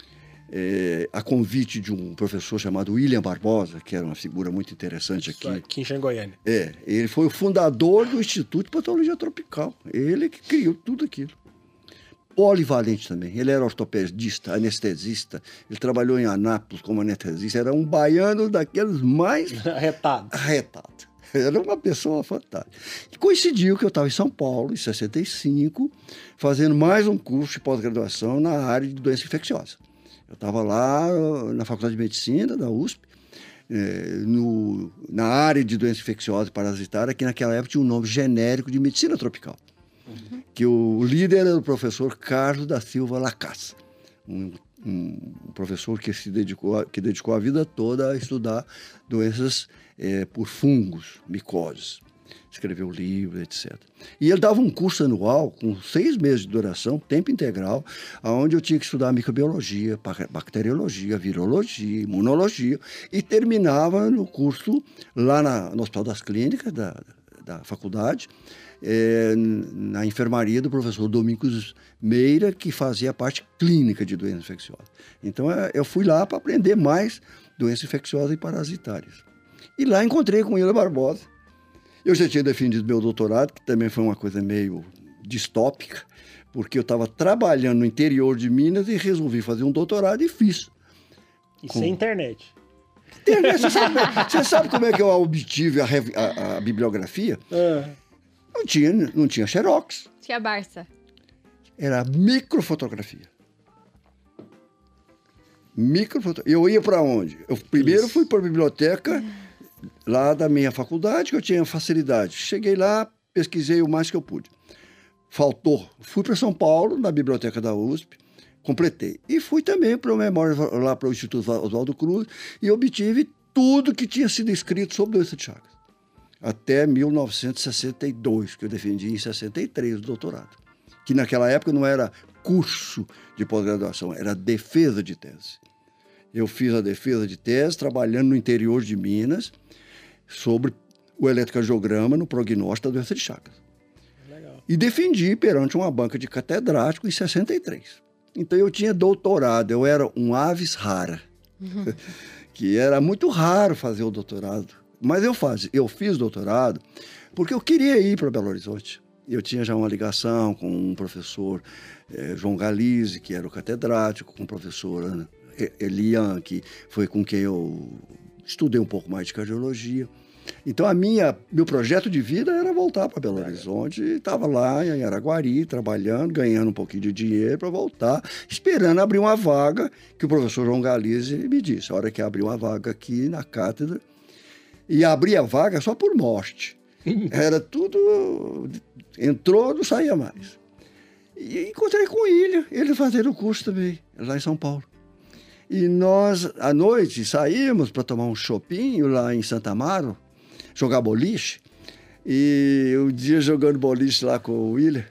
Speaker 3: é, a convite de um professor chamado William Barbosa, que era uma figura muito interessante aqui.
Speaker 1: Aqui em Goiânia.
Speaker 3: É, ele foi o fundador do Instituto de Patologia Tropical. Ele que criou tudo aquilo. Polivalente também. Ele era ortopedista, anestesista. Ele trabalhou em Anápolis como anestesista. Era um baiano daqueles mais...
Speaker 1: Arretado.
Speaker 3: Arretado. Era uma pessoa fantástica. E coincidiu que eu estava em São Paulo, em sessenta e cinco, fazendo mais um curso de pós-graduação na área de doença infecciosa. Eu estava lá na Faculdade de Medicina da U S P, é, no, na área de doença infecciosa e parasitária, que naquela época tinha um nome genérico de medicina tropical. Uhum. Que o líder era o professor Carlos da Silva Lacassa, um, um, um professor que se dedicou a, que dedicou a vida toda a estudar doenças é, por fungos, micoses. Escreveu livro, etcétera. E ele dava um curso anual, com seis meses de duração, tempo integral, onde eu tinha que estudar microbiologia, bacteriologia, virologia, imunologia, e terminava no curso lá na, no Hospital das Clínicas da, da faculdade, é, na enfermaria do professor Domingos Meira, que fazia a parte clínica de doença infecciosa. Então, eu fui lá para aprender mais doenças infecciosas e parasitárias. E lá encontrei com William Barbosa. Eu já tinha defendido meu doutorado, que também foi uma coisa meio distópica, porque eu estava trabalhando no interior de Minas e resolvi fazer um doutorado e fiz.
Speaker 1: E com... sem internet.
Speaker 3: Internet, você sabe, você sabe como é que eu obtive a, a, a bibliografia? Ah. Não tinha, não tinha xerox.
Speaker 2: Tinha Barça.
Speaker 3: Era microfotografia. Microfotografia. Eu ia para onde? Eu primeiro Isso. fui para a biblioteca... lá da minha faculdade, que eu tinha facilidade. Cheguei lá, pesquisei o mais que eu pude. Faltou. Fui para São Paulo, na biblioteca da U S P, completei. E fui também para o memória, lá para o Instituto Oswaldo Cruz, e obtive tudo que tinha sido escrito sobre doença de Chagas. Até mil novecentos e sessenta e dois, que eu defendi em sessenta e três o doutorado. Que naquela época não era curso de pós-graduação, era defesa de tese. Eu fiz a defesa de tese trabalhando no interior de Minas sobre o eletrocardiograma no prognóstico da doença de Chagas. Legal. E defendi perante uma banca de catedrático em sessenta e três. Então eu tinha doutorado, eu era um avis rara, uhum. que era muito raro fazer o doutorado. Mas eu, faz, eu fiz doutorado porque eu queria ir para Belo Horizonte. Eu tinha já uma ligação com um professor é, João Galizzi, que era o catedrático, com o professor Ana Elian, que foi com quem eu estudei um pouco mais de cardiologia. Então, a minha, meu projeto de vida era voltar para Belo Horizonte. Estava lá em Araguari, trabalhando, ganhando um pouquinho de dinheiro para voltar, esperando abrir uma vaga, que o professor João Galizzi me disse, a hora que abriu uma vaga aqui na cátedra, e abria a vaga só por morte. Era tudo... Entrou, não saía mais. E encontrei com o William, ele fazendo o curso também, lá em São Paulo. E nós, à noite, saímos para tomar um chopinho lá em Santa Amaro, jogar boliche. E um dia, jogando boliche lá com o William,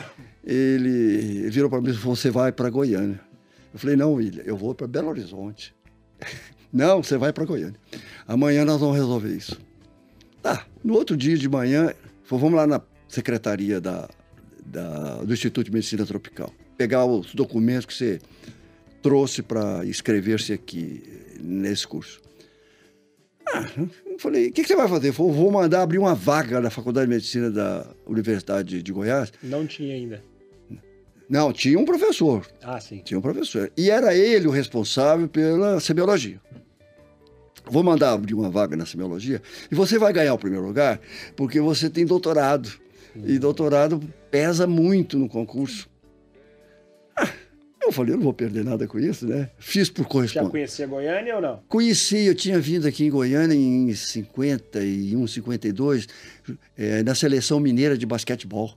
Speaker 3: ele virou para mim e falou, você vai para Goiânia. Eu falei, não, William, eu vou para Belo Horizonte. Não, você vai para Goiânia. Amanhã nós vamos resolver isso. Tá, no outro dia de manhã, falou, vamos lá na secretaria da, da, do Instituto de Medicina Tropical, pegar os documentos que você trouxe para inscrever-se aqui nesse curso. Ah, eu falei, o que, que você vai fazer? Eu falei, vou mandar abrir uma vaga na Faculdade de Medicina da Universidade de Goiás.
Speaker 1: Não tinha ainda.
Speaker 3: Não, tinha um professor.
Speaker 1: Ah, sim.
Speaker 3: Tinha um professor. E era ele o responsável pela semiologia. Vou mandar abrir uma vaga na semiologia e você vai ganhar o primeiro lugar porque você tem doutorado. Hum. E doutorado pesa muito no concurso. Ah, eu falei, eu não vou perder nada com isso, né? Fiz por correspondência.
Speaker 1: Já conhecia Goiânia ou não?
Speaker 3: Conheci, eu tinha vindo aqui em Goiânia em cinquenta e um, cinquenta e dois, é, na seleção mineira de basquetebol.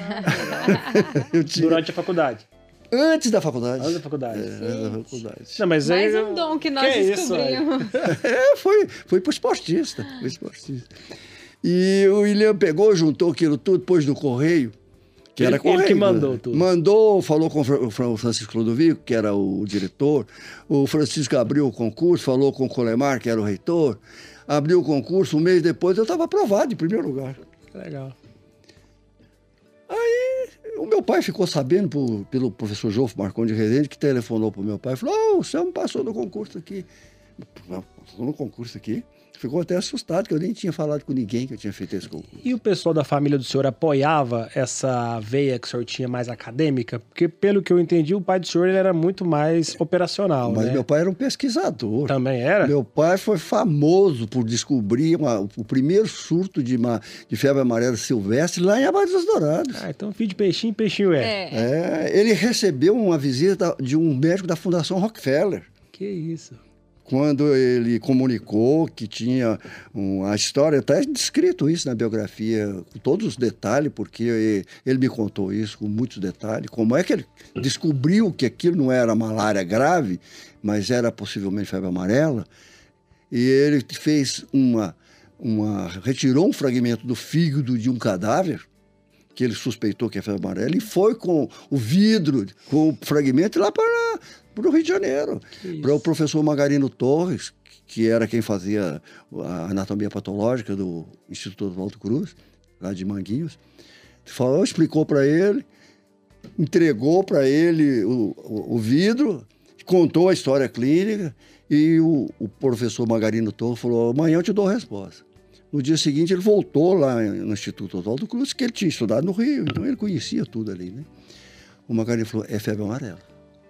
Speaker 3: eu tinha...
Speaker 1: Durante a faculdade?
Speaker 3: Antes da faculdade.
Speaker 1: Antes da faculdade.
Speaker 3: É, antes da faculdade.
Speaker 1: Não, mas
Speaker 2: Mais
Speaker 1: aí,
Speaker 2: um dom que nós
Speaker 1: que
Speaker 2: descobrimos.
Speaker 1: Isso,
Speaker 3: é, foi, foi pro esportista, foi esportista. E o William pegou, juntou aquilo tudo, pôs no correio, que
Speaker 1: ele,
Speaker 3: era correio.
Speaker 1: Ele que mandou tudo.
Speaker 3: Mandou, falou com o Francisco Ludovico, que era o diretor. O Francisco abriu o concurso, falou com o Colemar, que era o reitor. Abriu o concurso, um mês depois eu estava aprovado em primeiro lugar.
Speaker 1: Legal.
Speaker 3: Aí o meu pai ficou sabendo por, pelo professor Jofo Marcondes de Rezende, que telefonou para o meu pai e falou, oh, o Selmo passou no concurso aqui. Passou no concurso aqui. Ficou até assustado, que eu nem tinha falado com ninguém que eu tinha feito esse concurso.
Speaker 1: E o pessoal da família do senhor apoiava essa veia que o senhor tinha mais acadêmica? Porque, pelo que eu entendi, o pai do senhor ele era muito mais operacional,
Speaker 3: Mas
Speaker 1: né?
Speaker 3: meu pai era um pesquisador.
Speaker 1: Também era?
Speaker 3: Meu pai foi famoso por descobrir uma, o primeiro surto de, uma, de febre amarela silvestre lá em Abadia dos Dourados.
Speaker 1: Ah, então filho de peixinho, peixinho é.
Speaker 2: É.
Speaker 3: É, ele recebeu uma visita de um médico da Fundação Rockefeller.
Speaker 1: Que isso.
Speaker 3: Quando ele comunicou que tinha uma história, até descrito isso na biografia, com todos os detalhes, porque ele me contou isso com muitos detalhes, como é que ele descobriu que aquilo não era malária grave, mas era possivelmente febre amarela, e ele fez uma, uma retirou um fragmento do fígado de um cadáver, que ele suspeitou que é febre amarela, e foi com o vidro, com o fragmento lá para o Rio de Janeiro, para o professor Margarino Torres, que era quem fazia a anatomia patológica do Instituto Oswaldo Cruz, lá de Manguinhos. Falou, explicou para ele, entregou para ele o, o, o vidro, contou a história clínica, e o, o professor Margarino Torres falou, amanhã eu te dou a resposta. No dia seguinte, ele voltou lá no Instituto Oswaldo Cruz, que ele tinha estudado no Rio, então ele conhecia tudo ali, né? O Margarino falou, é febre amarela.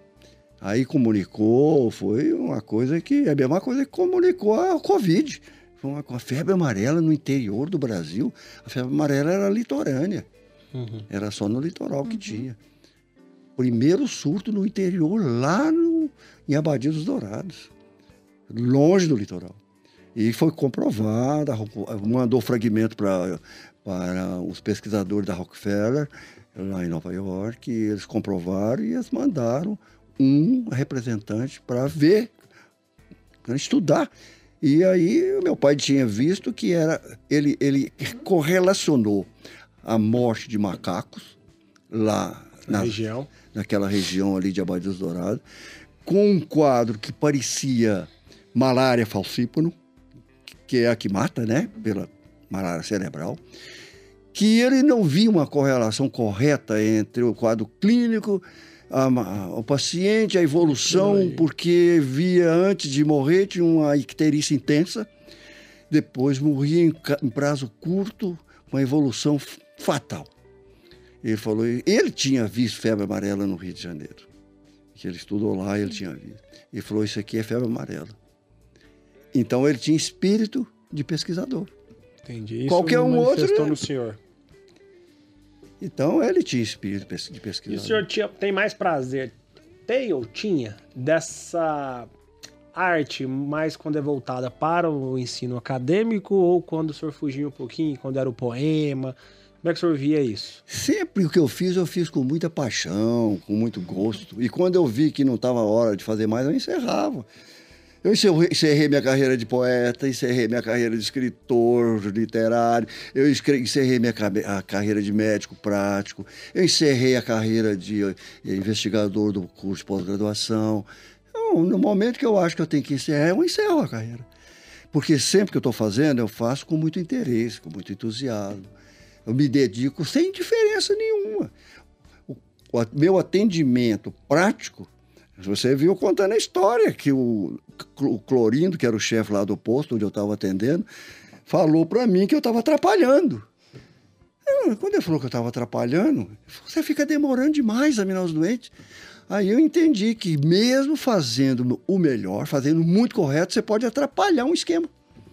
Speaker 3: Aí comunicou, foi uma coisa que, é a mesma coisa que comunicou a Covid. Foi uma, uma febre amarela no interior do Brasil. A febre amarela era litorânea, uhum. Era só no litoral que uhum. tinha. Primeiro surto no interior, lá no, em Abadia dos Dourados, longe do litoral. E foi comprovado, mandou fragmento para para os pesquisadores da Rockefeller, lá em Nova York, e eles comprovaram e eles mandaram um representante para ver, para estudar. E aí o meu pai tinha visto que era, ele, ele correlacionou a morte de macacos lá na,
Speaker 1: região.
Speaker 3: naquela região ali de Abadia dos Dourados, com um quadro que parecia malária falciparum, que é a que mata, né, pela malária cerebral, que ele não via uma correlação correta entre o quadro clínico, a, a, o paciente, a evolução, porque via antes de morrer, tinha uma icterícia intensa, depois morria em, em prazo curto, uma evolução fatal. Ele falou, ele tinha visto febre amarela no Rio de Janeiro. Que ele estudou lá e ele tinha visto. Ele falou, isso aqui é febre amarela. Então ele tinha espírito de pesquisador.
Speaker 1: Entendi. Isso
Speaker 3: Qualquer um outro...
Speaker 1: manifestou no senhor.
Speaker 3: Então ele tinha espírito de
Speaker 1: E
Speaker 3: pesquisador.
Speaker 1: o senhor tinha, tem mais prazer, tem ou tinha, dessa arte mais quando é voltada para o ensino acadêmico ou quando o senhor fugia um pouquinho, quando era o poema? Como é que o senhor via isso?
Speaker 3: Sempre o que eu fiz, eu fiz com muita paixão, com muito gosto. E quando eu vi que não estava a hora de fazer mais, eu encerrava. Eu encerrei minha carreira de poeta, encerrei minha carreira de escritor literário, eu encerrei minha a carreira de médico prático, eu encerrei a carreira de investigador do curso de pós-graduação. Então, no momento que eu acho que eu tenho que encerrar, eu encerro a carreira. Porque sempre que eu estou fazendo, eu faço com muito interesse, com muito entusiasmo. Eu me dedico sem diferença nenhuma. O, o meu atendimento prático, você viu contando a história que o, o Clorindo, que era o chefe lá do posto onde eu estava atendendo, falou para mim que eu estava atrapalhando. Eu, quando ele falou que eu estava atrapalhando, você fica demorando demais a examinar os doentes. Aí eu entendi que mesmo fazendo o melhor, fazendo muito correto, você pode atrapalhar um esquema.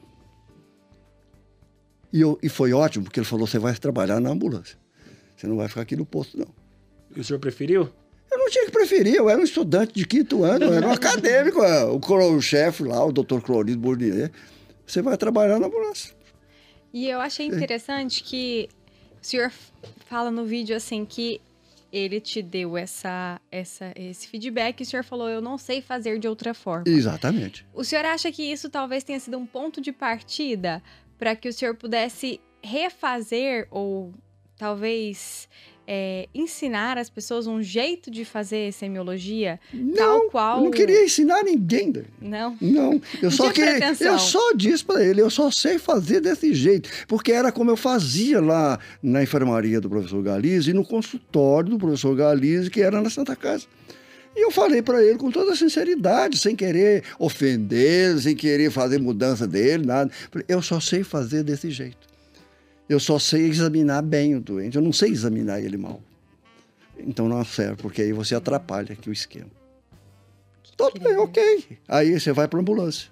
Speaker 3: E, eu, e foi ótimo, porque ele falou, você vai trabalhar na ambulância. Você não vai ficar aqui no posto, não.
Speaker 1: E o senhor preferiu?
Speaker 3: Eu não tinha que preferir, eu era um estudante de quinto ano, eu era um acadêmico, o, o chefe lá, o doutor Clorindo Bournier, você vai trabalhar na ambulância.
Speaker 2: E eu achei interessante que o senhor fala no vídeo assim que ele te deu essa, essa, esse feedback e o senhor falou, eu não sei fazer de outra forma.
Speaker 3: Exatamente.
Speaker 2: O senhor acha que isso talvez tenha sido um ponto de partida para que o senhor pudesse refazer ou talvez é, ensinar as pessoas um jeito de fazer semiologia?
Speaker 3: Não,
Speaker 2: tal qual...
Speaker 3: eu não queria ensinar ninguém.
Speaker 2: Não?
Speaker 3: Não, eu
Speaker 2: Não
Speaker 3: só
Speaker 2: tinha
Speaker 3: queria,
Speaker 2: pretensão.
Speaker 3: eu só disse para ele, eu só sei fazer desse jeito, porque era como eu fazia lá na enfermaria do professor Galizzi e no consultório do professor Galizzi, que era na Santa Casa. E eu falei para ele com toda sinceridade, sem querer ofender, sem querer fazer mudança dele, nada. Eu só sei fazer desse jeito. Eu só sei examinar bem o doente, eu não sei examinar ele mal. Então não serve, porque aí você atrapalha aqui o esquema. Tudo bem, ok. Aí você vai para a ambulância.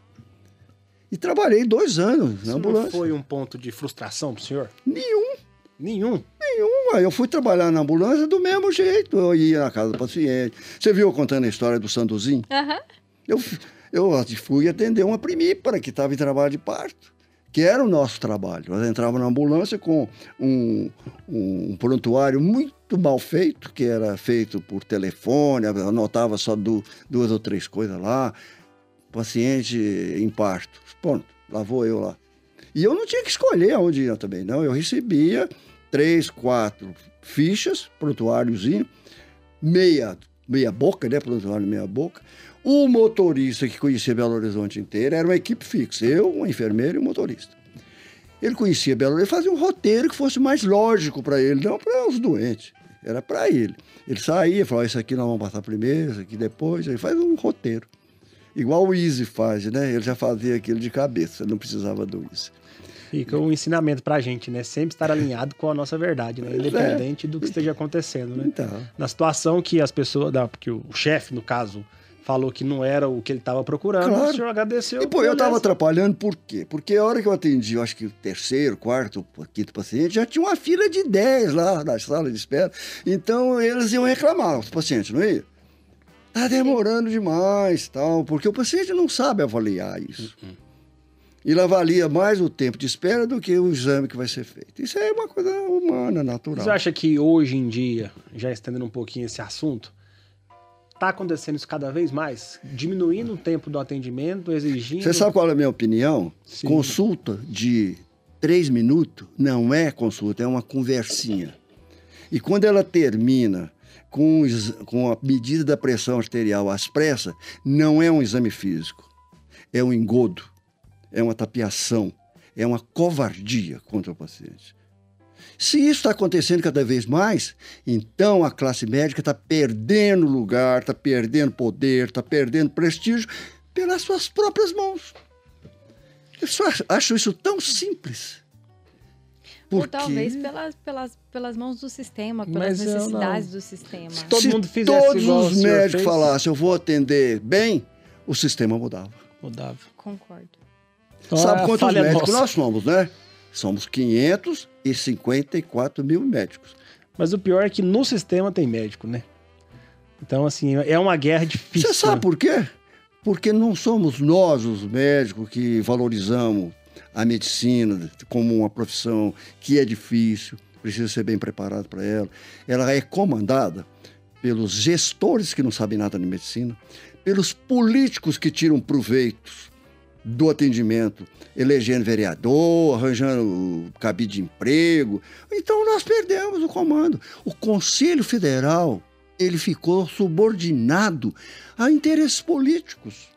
Speaker 3: E trabalhei dois anos
Speaker 1: Isso
Speaker 3: na ambulância.
Speaker 1: não foi um ponto de frustração para o senhor?
Speaker 3: Nenhum.
Speaker 1: Nenhum?
Speaker 3: Nenhum. Aí eu fui trabalhar na ambulância do mesmo jeito. Eu ia na casa do paciente. Você viu eu contando a história do Sanduzinho?
Speaker 2: Aham.
Speaker 3: Eu, eu fui atender uma primípara que estava em trabalho de parto, que era o nosso trabalho. Nós entrávamos na ambulância com um, um prontuário muito mal feito, que era feito por telefone, anotava só do, duas ou três coisas lá. Paciente em parto. Pronto, lá vou eu lá. E eu não tinha que escolher aonde ia também, não. Eu recebia três, quatro fichas, prontuáriozinho, meia, meia boca, né? Prontuário meia boca. O motorista que conhecia Belo Horizonte inteiro era uma equipe fixa. Eu, uma enfermeira e um motorista. Ele conhecia Belo Horizonte, ele fazia um roteiro que fosse mais lógico para ele, não para os doentes. Era para ele. Ele saía, falava, isso aqui nós vamos passar primeiro, isso aqui depois. Ele faz um roteiro. Igual o Easy faz, né? Ele já fazia aquilo de cabeça, não precisava do Easy.
Speaker 1: Fica um ensinamento pra gente, né? Sempre estar alinhado com a nossa verdade, né? Independente é. do que esteja acontecendo, né?
Speaker 3: Então.
Speaker 1: Na situação que as pessoas, que o chefe, no caso, falou que não era o que ele estava procurando,
Speaker 3: claro.
Speaker 1: O senhor agradeceu.
Speaker 3: E, pô, eu estava atrapalhando por quê? Porque a hora que eu atendi, eu acho que o terceiro, quarto, quinto paciente, já tinha uma fila de dez lá na sala de espera. Então, eles iam reclamar, os pacientes, não iam? Tá demorando demais, tal, porque o paciente não sabe avaliar isso. Uhum. Ele avalia mais o tempo de espera do que o exame que vai ser feito. Isso é uma coisa humana, natural.
Speaker 1: Você acha que hoje em dia, já estendendo um pouquinho esse assunto, está acontecendo isso cada vez mais? Diminuindo o tempo do atendimento, exigindo...
Speaker 3: Você sabe qual é a minha opinião?
Speaker 1: Sim.
Speaker 3: Consulta de três minutos não é consulta, é uma conversinha. E quando ela termina com, com a medida da pressão arterial às pressas, não é um exame físico, é um engodo, é uma tapiação, é uma covardia contra o paciente. Se isso está acontecendo cada vez mais, então a classe médica está perdendo lugar, está perdendo poder, está perdendo prestígio pelas suas próprias mãos. Eu só acho isso tão simples.
Speaker 2: Ou
Speaker 3: Porque...
Speaker 2: talvez pelas, pelas, pelas mãos do sistema, pelas
Speaker 1: Mas eu
Speaker 2: necessidades
Speaker 1: não.
Speaker 2: do sistema.
Speaker 1: Se todo
Speaker 3: Se
Speaker 1: mundo fizesse
Speaker 3: todos
Speaker 1: igual o
Speaker 3: os
Speaker 1: senhor
Speaker 3: médicos
Speaker 1: fez,
Speaker 3: falassem, eu vou atender bem, o sistema mudava.
Speaker 1: mudava.
Speaker 2: Concordo.
Speaker 1: Então,
Speaker 3: Sabe
Speaker 1: a
Speaker 3: quantos
Speaker 1: falha é
Speaker 3: médicos
Speaker 1: nossa.
Speaker 3: nós somos, né? Somos quinhentos e cinquenta e quatro mil médicos.
Speaker 1: Mas o pior é que no sistema tem médico, né? Então, assim, é uma guerra difícil.
Speaker 3: Você sabe por quê? Porque não somos nós, os médicos, que valorizamos a medicina como uma profissão que é difícil, precisa ser bem preparado para ela. Ela é comandada pelos gestores que não sabem nada de medicina, pelos políticos que tiram proveitos do atendimento, elegendo vereador, arranjando cabide de emprego. Então nós perdemos o comando. O Conselho Federal, ele ficou subordinado a interesses políticos.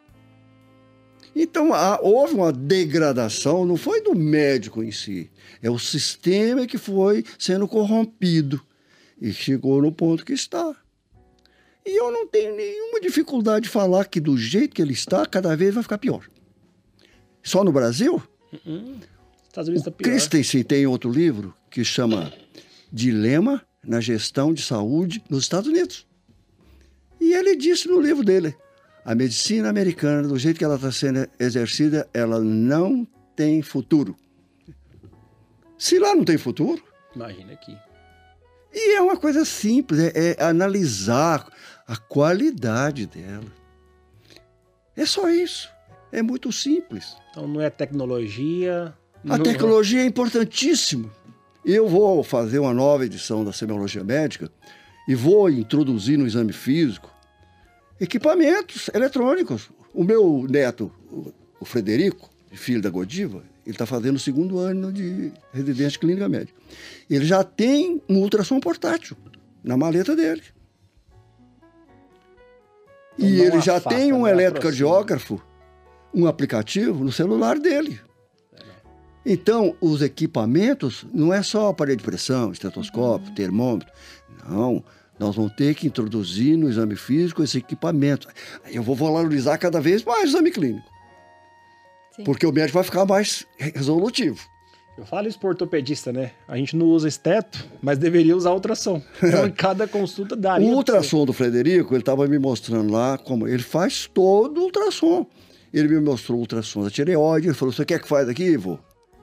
Speaker 3: Então há, houve uma degradação, não foi do médico em si, é o sistema que foi sendo corrompido e chegou no ponto que está. E eu não tenho nenhuma dificuldade de falar que do jeito que ele está, cada vez vai ficar pior. Só no Brasil?
Speaker 1: Uhum. Estados Unidos
Speaker 3: O
Speaker 1: tá pior.
Speaker 3: Christensen tem outro livro que chama Dilema na Gestão de Saúde nos Estados Unidos. E ele disse no livro dele, a medicina americana, do jeito que ela está sendo exercida, ela não tem futuro. Se lá não tem futuro...
Speaker 1: Imagina aqui.
Speaker 3: E é uma coisa simples, é, é analisar a qualidade dela. É só isso. É muito simples.
Speaker 1: Então não é tecnologia.
Speaker 3: A
Speaker 1: não...
Speaker 3: tecnologia é importantíssima. Eu vou fazer uma nova edição da Semiologia Médica e vou introduzir no exame físico equipamentos eletrônicos. O meu neto, o Frederico, filho da Godiva, ele está fazendo o segundo ano de residência de clínica médica. Ele já tem um ultrassom portátil na maleta dele.
Speaker 1: Então
Speaker 3: e
Speaker 1: não
Speaker 3: ele já
Speaker 1: afasta,
Speaker 3: tem um
Speaker 1: não
Speaker 3: eletrocardiógrafo, um aplicativo no celular dele. Então, os equipamentos não é só aparelho de pressão, estetoscópio, termômetro. Não, nós vamos ter que introduzir no exame físico esse equipamento. Eu vou valorizar cada vez mais o exame clínico.
Speaker 2: Sim.
Speaker 3: Porque o médico vai ficar mais resolutivo.
Speaker 1: Eu falo isso pro ortopedista, né? A gente não usa esteto, mas deveria usar ultrassom. Então, em cada consulta daria.
Speaker 3: O ultrassom do Frederico, ele estava me mostrando lá como ele faz todo o ultrassom. Ele me mostrou o ultrassom da tireoide, ele falou, você quer que faz aqui, vô?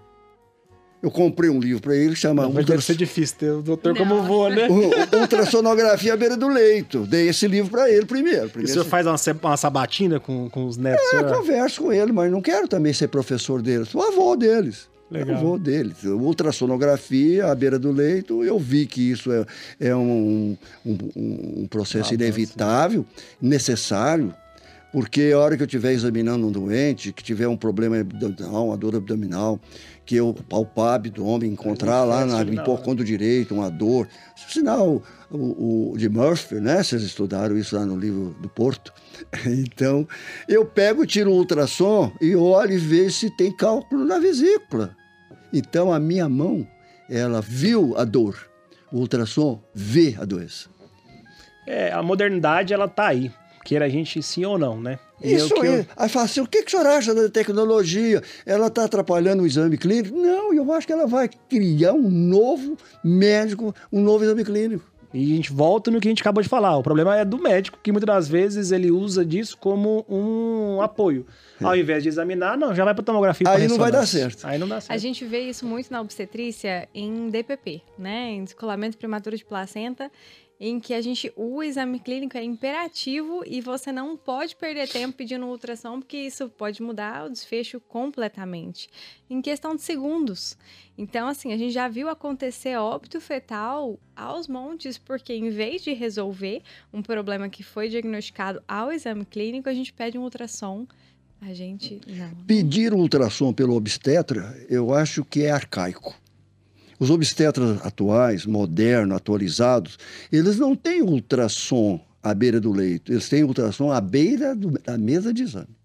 Speaker 3: Eu comprei um livro para ele que chama...
Speaker 1: Não, mas deve ser difícil ter o doutor
Speaker 2: Não.
Speaker 1: como vô, né?
Speaker 3: O- Ultrassonografia à beira do leito. Dei esse livro para ele primeiro.
Speaker 1: E o
Speaker 3: primeiro
Speaker 1: senhor faz uma, se- uma sabatina com, com os netos?
Speaker 3: Eu
Speaker 1: senhor?
Speaker 3: converso com ele, mas não quero também ser professor deles. Sou avô deles.
Speaker 1: Legal.
Speaker 3: Avô deles. Ultrassonografia à beira do leito, eu vi que isso é, é um, um, um processo
Speaker 1: Ah,
Speaker 3: inevitável, necessário, porque a hora que eu estiver examinando um doente, que tiver um problema abdominal, uma dor abdominal, que eu palpar o abdômen, encontrar lá na,
Speaker 1: flexiona
Speaker 3: em
Speaker 1: na hora.
Speaker 3: porcão do direito uma dor, sinal o, o de Murphy, né? Vocês estudaram isso lá no livro do Porto. Então, eu pego, tiro o ultrassom e olho e vejo se tem cálculo na vesícula. Então, a minha mão, ela viu a dor. O ultrassom vê a doença.
Speaker 1: É, a modernidade, ela tá aí. Queira a gente sim ou não, né? E é o
Speaker 3: Isso
Speaker 1: que
Speaker 3: aí.
Speaker 1: eu-
Speaker 3: Aí fala assim, o que, que o senhor acha da tecnologia? Ela está atrapalhando o exame clínico? Não, eu acho que ela vai criar um novo médico, um novo exame clínico.
Speaker 1: E a gente volta no que a gente acabou de falar. O problema é do médico, que muitas das vezes ele usa disso como um apoio. Ao invés de examinar, não, já vai para tomografia. pra
Speaker 3: Aí não vai dar
Speaker 1: ressonância.
Speaker 3: certo.
Speaker 1: Aí não dá
Speaker 2: A
Speaker 1: certo.
Speaker 2: gente vê isso muito na obstetrícia em D P P, né? Em descolamento prematuro de placenta, em que a gente, o exame clínico é imperativo e você não pode perder tempo pedindo ultrassom, porque isso pode mudar o desfecho completamente, em questão de segundos. Então, assim, a gente já viu acontecer óbito fetal aos montes, porque em vez de resolver um problema que foi diagnosticado ao exame clínico, a gente pede um ultrassom. A gente, não.
Speaker 3: Pedir um ultrassom pelo obstetra, eu acho que é arcaico. Os obstetras atuais, modernos, atualizados, eles não têm ultrassom à beira do leito, eles têm ultrassom à beira do- da mesa de exame.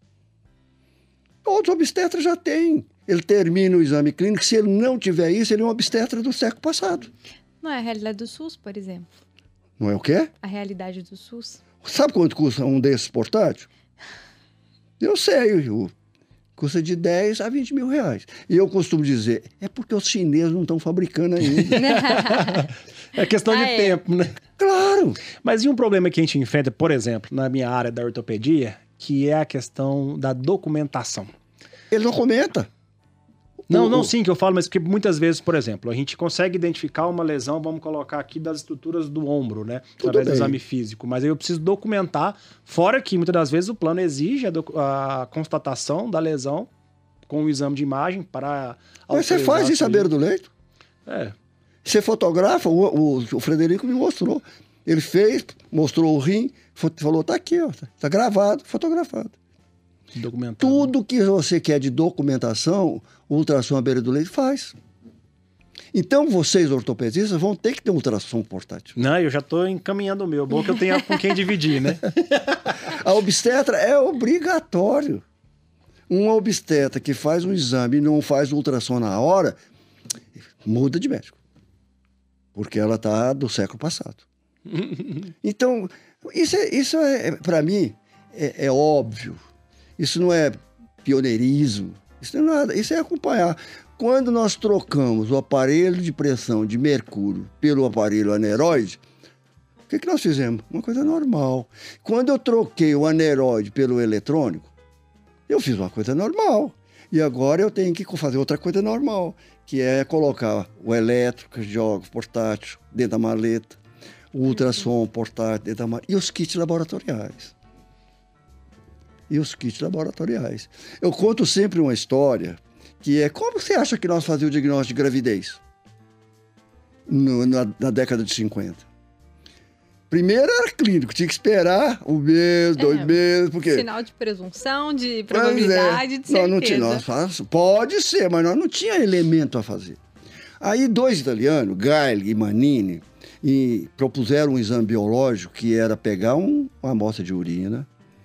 Speaker 3: Outros obstetras já têm. Ele termina o exame clínico, se ele não tiver isso, ele é um obstetra do século passado.
Speaker 2: Não é a realidade do SUS, por exemplo.
Speaker 3: Não é o quê?
Speaker 2: A realidade do SUS.
Speaker 3: Sabe quanto custa um desses portátil? Eu sei, o Custa de dez a vinte mil reais. E eu costumo dizer, é porque os chineses não estão fabricando ainda.
Speaker 1: É questão de
Speaker 2: ah, é.
Speaker 1: tempo, né?
Speaker 3: Claro!
Speaker 1: Mas e um problema que a gente enfrenta, por exemplo, na minha área da ortopedia, que é a questão da documentação.
Speaker 3: Ele não comenta.
Speaker 1: Não,
Speaker 3: O-
Speaker 1: não
Speaker 3: o-
Speaker 1: sim que eu falo, mas porque muitas vezes, por exemplo, a gente consegue identificar uma lesão, vamos colocar aqui das estruturas do ombro, né?
Speaker 3: Tudo
Speaker 1: Através do
Speaker 3: bem.
Speaker 1: exame físico. Mas aí eu preciso documentar, fora que muitas das vezes o plano exige a, docu- a constatação da lesão com o exame de imagem para...
Speaker 3: Mas você
Speaker 1: autorizar
Speaker 3: faz isso à
Speaker 1: aí.
Speaker 3: beira do leito.
Speaker 1: É.
Speaker 3: Você fotografa, o, o, o Frederico me mostrou. Ele fez, mostrou o rim, fo- falou, tá aqui, ó, tá gravado, fotografado.
Speaker 1: Documentado.
Speaker 3: Tudo que você quer de documentação, o ultrassom à beira do leito faz. Então, vocês, ortopedistas, vão ter que ter um ultrassom portátil.
Speaker 1: Não, eu já estou encaminhando o meu. Bom que eu tenho com quem dividir, né?
Speaker 3: A obstetra é obrigatório. Um obstetra que faz um exame e não faz o ultrassom na hora, muda de médico. Porque ela está do século passado. Então, isso é, isso é para mim, é, é óbvio. Isso não é pioneirismo. Isso não é nada. Isso é acompanhar. Quando nós trocamos o aparelho de pressão de mercúrio pelo aparelho aneroide, o que, que nós fizemos? Uma coisa normal. Quando eu troquei o aneroide pelo eletrônico, eu fiz uma coisa normal. E agora eu tenho que fazer outra coisa normal, que é colocar o eletrocardiógrafo portátil dentro da maleta, o ultrassom portátil dentro da maleta, e os kits laboratoriais. E os kits laboratoriais. Eu conto sempre uma história, que é como você acha que nós fazíamos o diagnóstico de gravidez no, na, na década de cinquenta? Primeiro era clínico, tinha que esperar um mês, dois
Speaker 2: É,
Speaker 3: meses, porque...
Speaker 2: Sinal de presunção, de
Speaker 3: Pois
Speaker 2: probabilidade,
Speaker 3: é.
Speaker 2: de
Speaker 3: Nós
Speaker 2: certeza.
Speaker 3: não tinha, nós faz- pode ser, mas nós não tinha elemento a fazer. Aí dois italianos, Gaili e Manini, e propuseram um exame biológico que era pegar um- uma amostra de urina,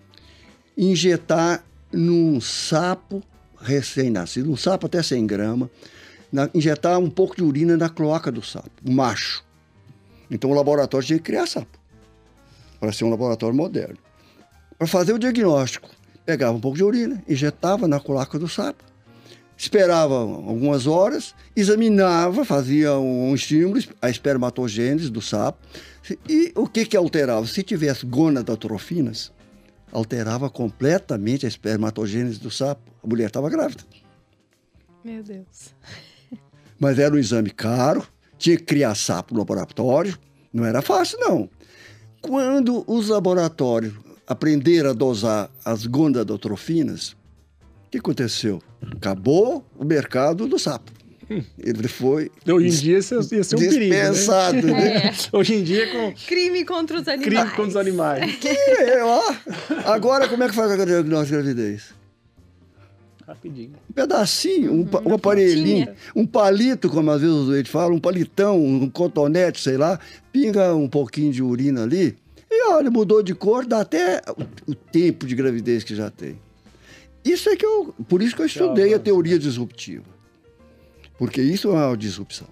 Speaker 3: injetar num sapo recém-nascido, um sapo até cem gramas, na- injetar um pouco de urina na cloaca do sapo, macho. Então o laboratório tinha que criar sapo, para ser um laboratório moderno. Para fazer o diagnóstico, pegava um pouco de urina, injetava na cloaca do sapo, esperava algumas horas, examinava, fazia um estímulo, a espermatogênese do sapo. E o que que alterava? Se tivesse gonadotrofinas, alterava completamente a espermatogênese do sapo. A mulher estava grávida.
Speaker 2: Meu Deus.
Speaker 3: Mas era um exame caro, tinha que criar sapo no laboratório, não era fácil, não. Quando os laboratórios aprenderam a dosar as gonadotrofinas, o que aconteceu? Acabou o mercado do sapo. Ele foi
Speaker 1: Hoje em dia isso ia ser um perigo, né?
Speaker 3: dispensado, né?
Speaker 2: É.
Speaker 1: Hoje em dia com
Speaker 2: Crime contra os animais.
Speaker 1: crime contra os animais.
Speaker 3: É, ó. Agora, como é que faz o diagnóstico de gravidez?
Speaker 1: Rapidinho.
Speaker 3: Um pedacinho, um, pa- um aparelhinho, um palito, como às vezes a gente fala, um palitão, um cotonete, sei lá, pinga um pouquinho de urina ali e olha, mudou de cor, dá até o, o tempo de gravidez que já tem. Isso é que eu, por isso que eu estudei a teoria disruptiva. Porque isso é uma disrupção.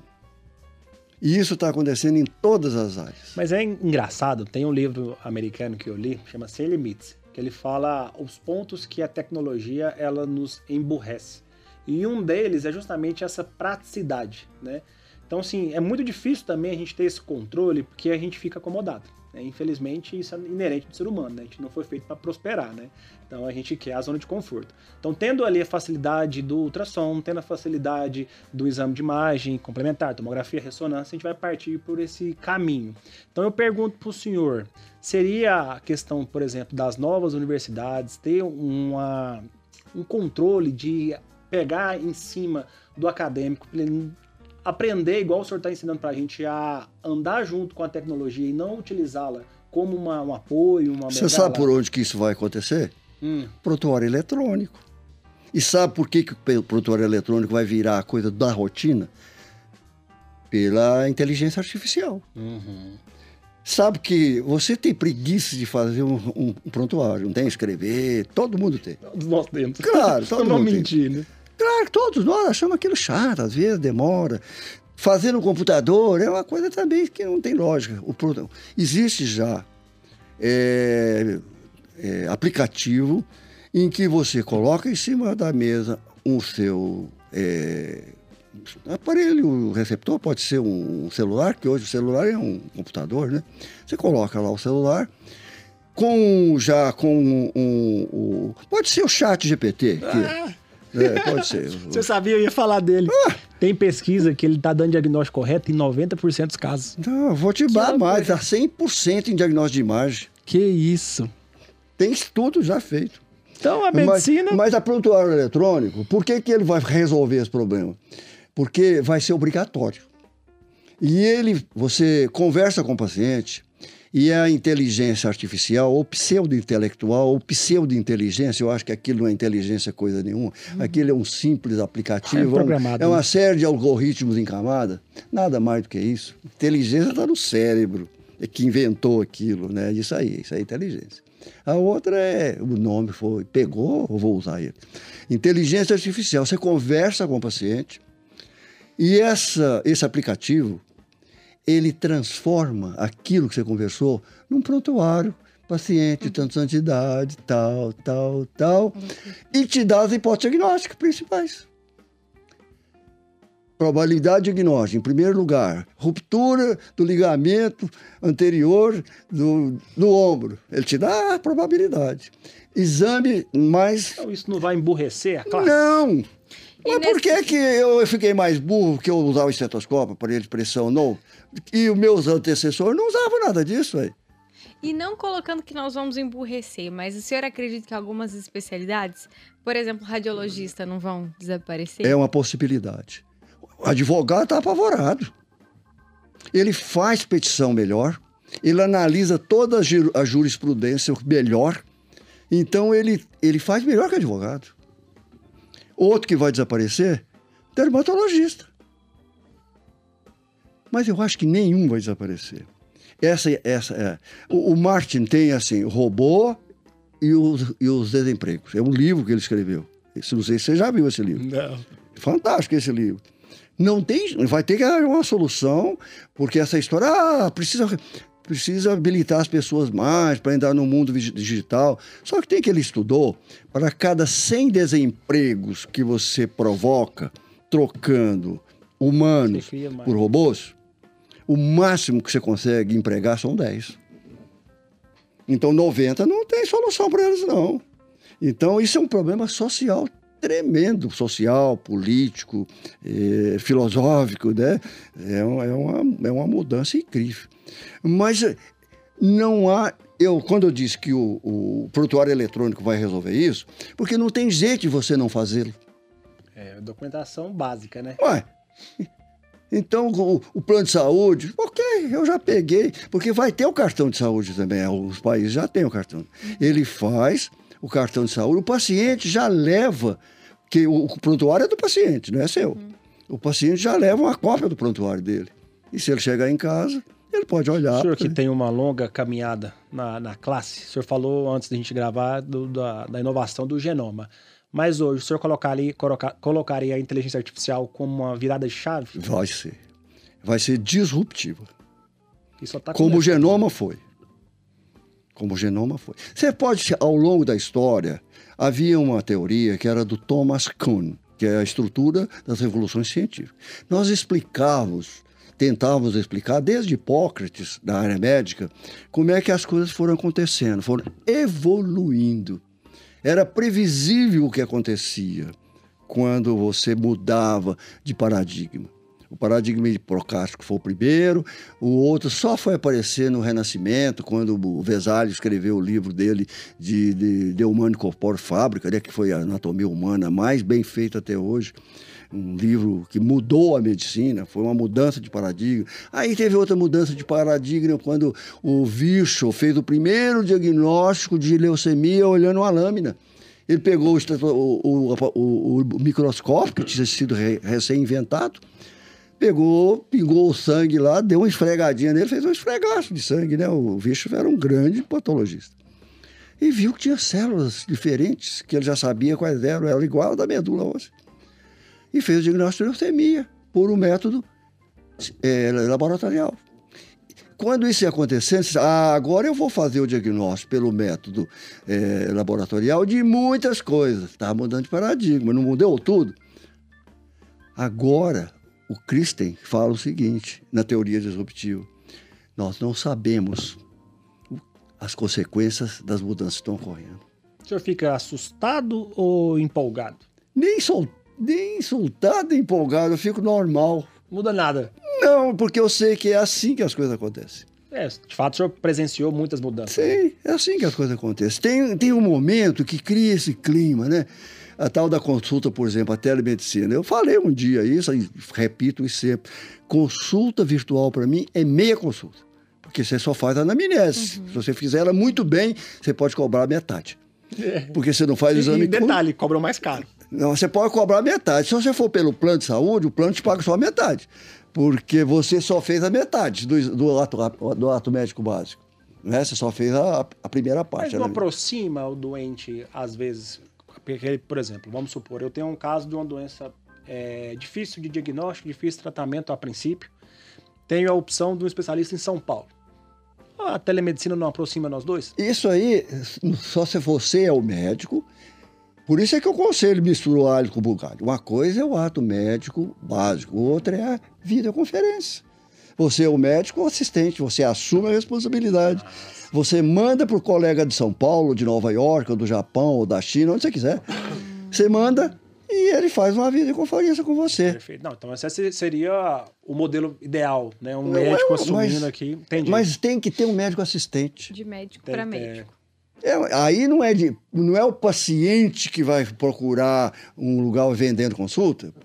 Speaker 3: E isso está acontecendo em todas as áreas.
Speaker 1: Mas é engraçado, tem um livro americano que eu li, chama Sem Limites, que ele fala os pontos que a tecnologia ela nos emburrece. E um deles é justamente essa praticidade, né? Então, assim, é muito difícil também a gente ter esse controle porque a gente fica acomodado, né? Infelizmente, isso é inerente do ser humano, né? A gente não foi feito para prosperar, né? Então, a gente quer a zona de conforto. Então, tendo ali a facilidade do ultrassom, tendo a facilidade do exame de imagem complementar, tomografia, ressonância, a gente vai partir por esse caminho. Então, eu pergunto para o senhor, seria a questão, por exemplo, das novas universidades ter uma, um controle de pegar em cima do acadêmico, aprender, igual o senhor está ensinando para a gente, a andar junto com a tecnologia e não utilizá-la como uma, um apoio, uma
Speaker 3: Você sabe por onde que isso vai acontecer?
Speaker 1: Hum.
Speaker 3: Prontuário eletrônico. E sabe por que, que o prontuário eletrônico vai virar a coisa da rotina? Pela inteligência artificial.
Speaker 1: Uhum.
Speaker 3: Sabe que você tem preguiça de fazer um, um, um prontuário, não tem? Escrever, todo mundo tem.
Speaker 1: Todos nós temos.
Speaker 3: Claro, todo
Speaker 1: não
Speaker 3: mundo tem.
Speaker 1: mentir, né?
Speaker 3: Claro, todos nós achamos aquilo chato, às vezes demora. Fazer no computador é uma coisa também que não tem lógica. O, pro- existe já é, é, aplicativo em que você coloca em cima da mesa um seu é, aparelho, o receptor pode ser um celular, que hoje o celular é um computador, né? Você coloca lá o celular, com já com um, um, um pode ser o chat G P T, que,
Speaker 1: Ah.
Speaker 3: é, pode ser.
Speaker 1: Você sabia, eu ia falar dele. Ah. Tem pesquisa que ele tá dando diagnóstico correto em noventa por cento dos casos.
Speaker 3: Não, eu vou te dar mais, dá cem por cento em diagnóstico de imagem.
Speaker 1: Que isso.
Speaker 3: Tem estudo já feito.
Speaker 1: Então a medicina...
Speaker 3: Mas, mas a prontuário eletrônico, por que que ele vai resolver esse problema? Porque vai ser obrigatório. E ele, você conversa com o paciente... E a inteligência artificial, ou pseudo-intelectual, ou pseudo-inteligência, eu acho que aquilo não é inteligência coisa nenhuma, uhum. Aquilo é um simples aplicativo, é, um, é uma né? série de algoritmos em camada, nada mais do que isso. Inteligência está no cérebro, é que inventou aquilo, né? Isso aí, isso aí é inteligência. A outra é, o nome foi, pegou, eu vou usar ele. Inteligência artificial, você conversa com o paciente, e essa, esse aplicativo, ele transforma aquilo que você conversou num prontuário, paciente, tantos anos de idade, tal, tal, tal, uhum. E te dá as hipóteses diagnósticas principais. Probabilidade diagnóstica, em primeiro lugar, ruptura do ligamento anterior do, do ombro. Ele te dá a probabilidade. Exame mais...
Speaker 1: Então isso não vai emburrecer a classe?
Speaker 3: Não! Mas por que que eu fiquei mais burro que eu usava o estetoscópio, aparelho de pressão novo, e os meus antecessores não usavam nada disso, velho?
Speaker 2: E não colocando que nós vamos emburrecer, mas o senhor acredita que algumas especialidades, por exemplo, radiologista, não vão desaparecer?
Speaker 3: É uma possibilidade. O advogado está apavorado. Ele faz petição melhor, ele analisa toda a jurisprudência melhor, então ele, ele faz melhor que advogado. Outro que vai desaparecer, dermatologista. Mas eu acho que nenhum vai desaparecer. Essa, essa é. O, o Martin tem assim, o robô e os, e os desempregos. É um livro que ele escreveu. Esse, não sei se você já viu esse livro.
Speaker 1: Não.
Speaker 3: Fantástico esse livro. Não tem, vai ter que haver uma solução, porque essa história, ah, precisa... Precisa habilitar as pessoas mais para entrar no mundo digital. Só que tem que ele estudou, para cada cem desempregos que você provoca, trocando humanos por robôs, o máximo que você consegue empregar são dez. Então, noventa não tem solução para eles, não. Então, isso é um problema social tremendo, social, político, eh, filosófico, né? É, é, uma, é uma mudança incrível. Mas não há... Eu, quando eu disse que o, o prontuário eletrônico vai resolver isso, porque não tem jeito de você não fazê-lo.
Speaker 1: É documentação básica, né?
Speaker 3: Ué, então o, o plano de saúde, ok, eu já peguei, porque vai ter o cartão de saúde também, os países já têm o cartão. Ele faz o cartão de saúde, o paciente já leva, que o, o prontuário é do paciente, não é seu. Uhum. O paciente já leva uma cópia do prontuário dele. E se ele chegar em casa, ele pode olhar.
Speaker 1: O senhor que tem uma longa caminhada na, na classe, o senhor falou antes da gente gravar do, da, da inovação do genoma. Mas hoje, o senhor colocaria, colocar, colocaria a inteligência artificial como uma virada de chave?
Speaker 3: Vai ser. Vai ser disruptiva.
Speaker 1: Só tá
Speaker 3: como o genoma foi. Como o genoma foi. Você pode, ao longo da história, havia uma teoria que era do Thomas Kuhn, que é a estrutura das revoluções científicas. Nós explicávamos, tentávamos explicar, desde Hipócrates, da área médica, como é que as coisas foram acontecendo, foram evoluindo. Era previsível o que acontecia quando você mudava de paradigma. O paradigma hipocrático foi o primeiro, o outro só foi aparecer no Renascimento, quando o Vesalius escreveu o livro dele de, de, de Humano Corpóreo Fábrica, né, que foi a anatomia humana mais bem feita até hoje. Um livro que mudou a medicina, foi uma mudança de paradigma. Aí teve outra mudança de paradigma quando o Virchow fez o primeiro diagnóstico de leucemia olhando uma lâmina. Ele pegou o, o, o, o microscópio, que tinha sido re, recém-inventado, pegou, pingou o sangue lá, deu uma esfregadinha nele, fez um esfregaço de sangue, né? O Virchow era um grande patologista. E viu que tinha células diferentes, que ele já sabia quais eram, era igual a da medula óssea. E fez o diagnóstico de leucemia por um método é, laboratorial. quando isso ia acontecendo, você, ah, agora eu vou fazer o diagnóstico pelo método é, laboratorial de muitas coisas. Estava mudando de paradigma, não mudou tudo? Agora, o Christen fala o seguinte, na teoria disruptiva, nós não sabemos as consequências das mudanças que estão ocorrendo.
Speaker 1: O senhor fica assustado ou empolgado?
Speaker 3: Nem, sol, nem insultado, nem empolgado, eu fico normal.
Speaker 1: Muda nada.
Speaker 3: Não, porque eu sei que é assim que as coisas acontecem.
Speaker 1: É, de fato, o senhor presenciou muitas mudanças.
Speaker 3: Sim, é assim que as coisas acontecem. Tem, tem um momento que cria esse clima, né? A tal da consulta, por exemplo, a telemedicina. Eu falei um dia isso, e repito isso sempre. Consulta virtual, para mim, é meia consulta. Porque você só faz a anamnese. Uhum. Se você fizer ela muito bem, você pode cobrar metade. É. Porque você não faz o exame...
Speaker 1: E detalhe, com... cobram mais caro.
Speaker 3: Não, você pode cobrar metade. Se você for pelo plano de saúde, o plano te paga só a metade. Porque você só fez a metade do, do, ato, do ato médico básico. Né? Você só fez a, a primeira parte.
Speaker 1: Mas não aproxima o doente, às vezes... Porque, por exemplo, vamos supor, eu tenho um caso de uma doença é, difícil de diagnóstico, difícil de tratamento a princípio. Tenho a opção de um especialista em São Paulo. A telemedicina não aproxima nós dois?
Speaker 3: Isso aí, só se você é o médico. Por isso é que eu aconselho misturar o alho com o bugalho. Uma coisa é o ato médico básico, outra é a videoconferência. Você é o médico ou assistente, você assume a responsabilidade. Nossa. Você manda para o colega de São Paulo, de Nova York, ou do Japão, ou da China, onde você quiser. Você manda e ele faz uma videoconferência com você.
Speaker 1: Perfeito. Não, então esse seria o modelo ideal, né? Um médico
Speaker 3: é,
Speaker 1: assumindo
Speaker 3: mas,
Speaker 1: aqui. Entendi.
Speaker 3: Mas tem que ter um médico assistente.
Speaker 2: De médico para médico.
Speaker 3: É, aí não é, de, não é o paciente que vai procurar um lugar vendendo consulta.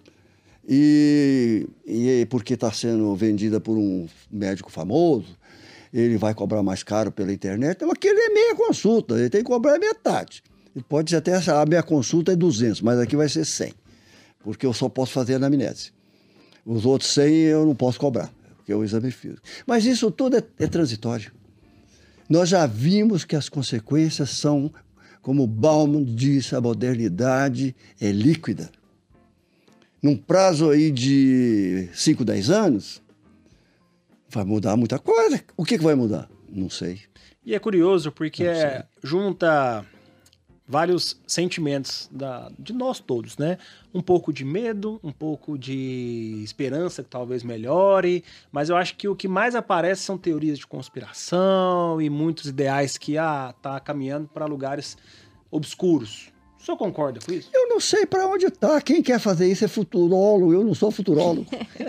Speaker 3: E, e porque está sendo vendida por um médico famoso, ele vai cobrar mais caro pela internet. Então, aquele é meia consulta, ele tem que cobrar metade. Ele pode ser até, a minha consulta é duzentos, mas aqui vai ser cem, porque eu só posso fazer anamnese. Os outros cem eu não posso cobrar, porque é o exame físico. Mas isso tudo é, é transitório. Nós já vimos que as consequências são, como Bauman disse, a modernidade é líquida. Num prazo aí de cinco, dez anos, vai mudar muita coisa. O que, que vai mudar? Não sei.
Speaker 1: E é curioso porque é, junta vários sentimentos da, de nós todos, né? Um pouco de medo, um pouco de esperança que talvez melhore, mas eu acho que o que mais aparece são teorias de conspiração e muitos ideais que ah, tá caminhando para lugares obscuros. O senhor concorda com isso?
Speaker 3: Eu não sei para onde está. Quem quer fazer isso é futurólogo. Eu não sou futurólogo.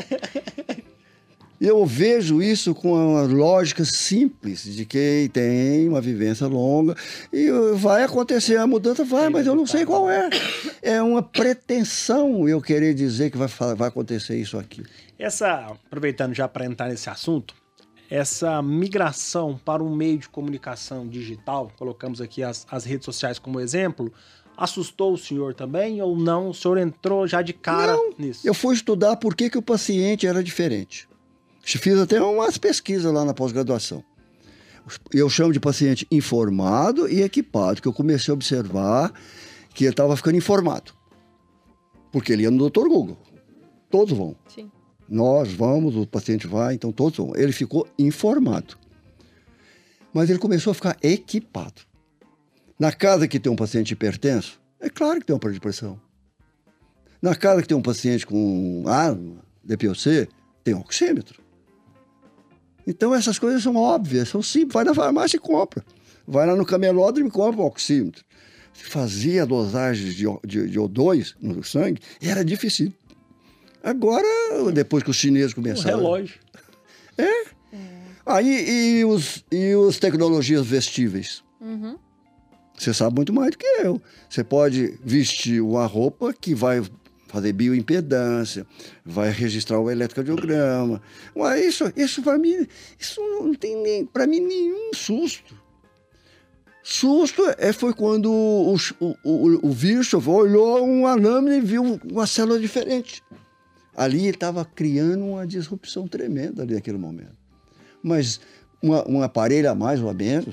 Speaker 3: Eu vejo isso com uma lógica simples de quem tem uma vivência longa e vai acontecer a mudança, vai, mas eu não sei qual é. É uma pretensão eu querer dizer que vai, vai acontecer isso aqui.
Speaker 1: Essa, aproveitando já para entrar nesse assunto, essa migração para um meio de comunicação digital, colocamos aqui as, as redes sociais como exemplo, assustou o senhor também ou não? O senhor entrou já de cara
Speaker 3: não,
Speaker 1: nisso?
Speaker 3: Eu fui estudar por que, que o paciente era diferente. Fiz até umas pesquisas lá na pós-graduação. Eu chamo de paciente informado e equipado, que eu comecei a observar que ele estava ficando informado. Porque ele ia no doutor Google. Todos vão.
Speaker 2: Sim.
Speaker 3: Nós vamos, o paciente vai, então todos vão. Ele ficou informado. Mas ele começou a ficar equipado. Na casa que tem um paciente hipertenso, é claro que tem uma perda de pressão. Na casa que tem um paciente com asma, D P O C, tem um oxímetro. Então essas coisas são óbvias, são simples. Vai na farmácia e compra. Vai lá no camelódromo e compra o oxímetro. Se fazia a dosagem de, de, de O dois no sangue, era difícil. Agora, depois que os chineses começaram...
Speaker 1: Um relógio.
Speaker 3: É. é. Aí, e os, e os tecnologias vestíveis?
Speaker 2: Uhum.
Speaker 3: Você sabe muito mais do que eu. Você pode vestir uma roupa que vai fazer bioimpedância, vai registrar o eletrocardiograma. Mas isso, isso para mim, isso não tem nem, para mim, nenhum susto. Susto é, foi quando o, o, o, o Virchow olhou uma lâmina e viu uma célula diferente. Ali ele estava criando uma disrupção tremenda ali naquele momento. Mas uma, um aparelho a mais ou a menos,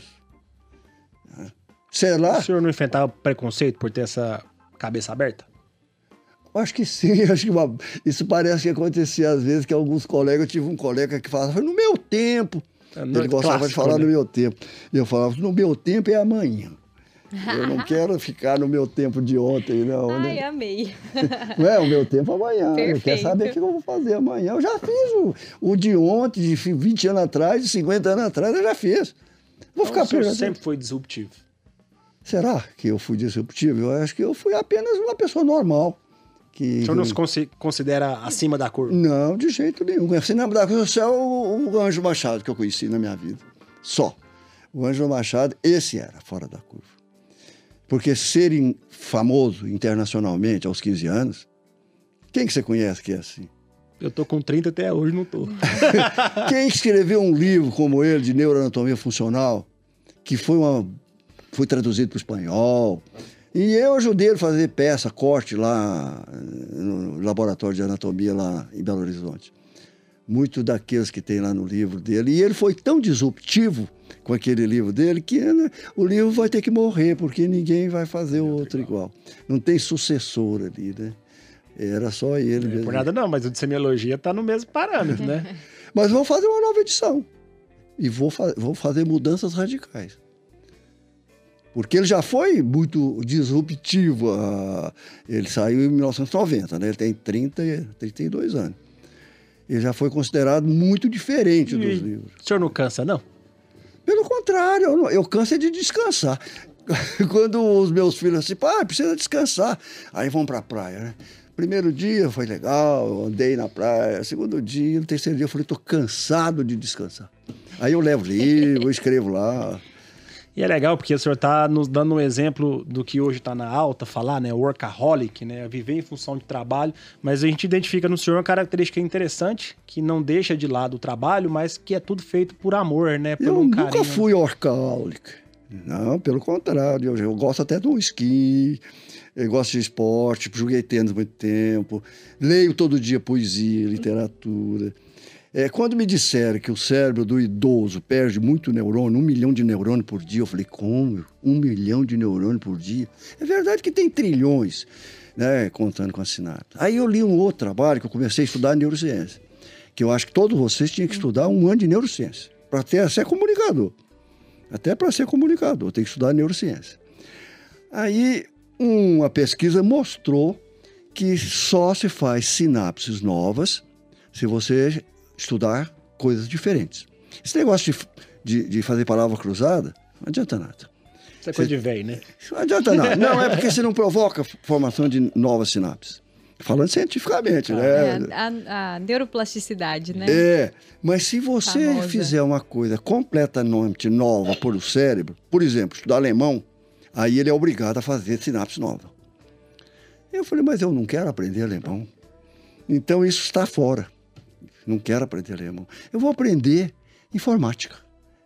Speaker 3: sei lá...
Speaker 1: O senhor não enfrentava preconceito por ter essa cabeça aberta?
Speaker 3: Acho que sim, acho que uma... isso parece que acontecia às vezes, que alguns colegas, eu tive um colega que falava, no meu tempo,
Speaker 1: No,
Speaker 3: Ele gostava
Speaker 1: clássico,
Speaker 3: de falar
Speaker 1: né?
Speaker 3: no meu tempo. E eu falava, no meu tempo é amanhã. Eu não quero ficar no meu tempo de ontem, não.
Speaker 2: Ai,
Speaker 3: né?
Speaker 2: amei.
Speaker 3: Não é o meu tempo amanhã.
Speaker 2: Perfeito.
Speaker 3: Eu quero saber o que eu vou fazer amanhã. Eu já fiz o, o de ontem, de vinte anos atrás, de cinquenta anos atrás, eu já fiz. Vou
Speaker 1: Então,
Speaker 3: ficar
Speaker 1: o senhor
Speaker 3: perguntando.
Speaker 1: sempre foi disruptivo.
Speaker 3: Será que eu fui disruptivo? Eu acho que eu fui apenas uma pessoa normal. Que...
Speaker 1: O senhor não se consi- considera acima da curva?
Speaker 3: Não, de jeito nenhum. Assim, na verdade, eu só o, o Ângelo Machado que eu conheci na minha vida. Só. O Ângelo Machado, esse era fora da curva. Porque ser in- famoso internacionalmente aos quinze anos, quem que você conhece que é assim?
Speaker 1: Eu tô com trinta até hoje, não tô.
Speaker 3: Quem escreveu um livro como ele, de neuroanatomia funcional, que foi, uma, foi traduzido para o espanhol, e eu ajudei ele a fazer peça, corte lá no laboratório de anatomia lá em Belo Horizonte. Muito daqueles que tem lá no livro dele. E ele foi tão disruptivo com aquele livro dele que né, o livro vai ter que morrer, porque ninguém vai fazer outro igual. Não tem sucessor ali, né? Era só ele
Speaker 1: Não é
Speaker 3: mesmo.
Speaker 1: por nada não, mas o de semiologia tá no mesmo parâmetro, né?
Speaker 3: Mas vou fazer uma nova edição. E vou, fa vou fazer mudanças radicais. Porque ele já foi muito disruptivo. ah, Ele saiu em mil novecentos e noventa, né? Ele tem trinta, trinta e dois anos. Ele já foi considerado muito diferente dos
Speaker 1: E
Speaker 3: livros.
Speaker 1: o senhor não cansa, não?
Speaker 3: Pelo contrário, eu, não- eu canso é de descansar. Quando os meus filhos assim, pai, precisa descansar. Aí vão pra praia, né? Primeiro dia foi legal, eu andei na praia. Segundo dia, no terceiro dia, eu falei, tô cansado de descansar. Aí eu levo livro, eu escrevo lá.
Speaker 1: E é legal porque o senhor está nos dando um exemplo do que hoje está na alta, falar, né? Workaholic, né? Viver em função de trabalho. Mas a gente identifica no senhor uma característica interessante, que não deixa de lado o trabalho, mas que é tudo feito por amor, né? Por
Speaker 3: Eu
Speaker 1: um
Speaker 3: nunca
Speaker 1: carinho.
Speaker 3: fui workaholic. Não, pelo contrário. Eu, eu gosto até do esqui, eu gosto de esporte, joguei tênis há muito tempo, leio todo dia poesia, literatura. É, quando me disseram que o cérebro do idoso perde muito neurônio, um milhão de neurônios por dia, eu falei, como? Um milhão de neurônios por dia? É verdade que tem trilhões, né, contando com a sinapse. Aí eu li um outro trabalho que eu comecei a estudar neurociência, que eu acho que todos vocês tinham que estudar um ano de neurociência, para ter ser comunicador. Até para ser comunicador, tem que estudar neurociência. Aí uma pesquisa mostrou que só se faz sinapses novas se você estudar coisas diferentes. Esse negócio de, de, de fazer palavra cruzada, não adianta nada.
Speaker 1: Isso é coisa de velho, né?
Speaker 3: Não adianta nada. Não, é porque você não provoca formação de novas sinapses. Falando cientificamente, né?
Speaker 2: É, a, a neuroplasticidade, né?
Speaker 3: É, mas se você
Speaker 2: Famosa.
Speaker 3: fizer uma coisa completamente nova para o cérebro, por exemplo, estudar alemão, aí ele é obrigado a fazer sinapse nova. Eu falei, mas eu não quero aprender alemão. Então isso está fora. Não quero aprender alemão. Eu vou aprender informática.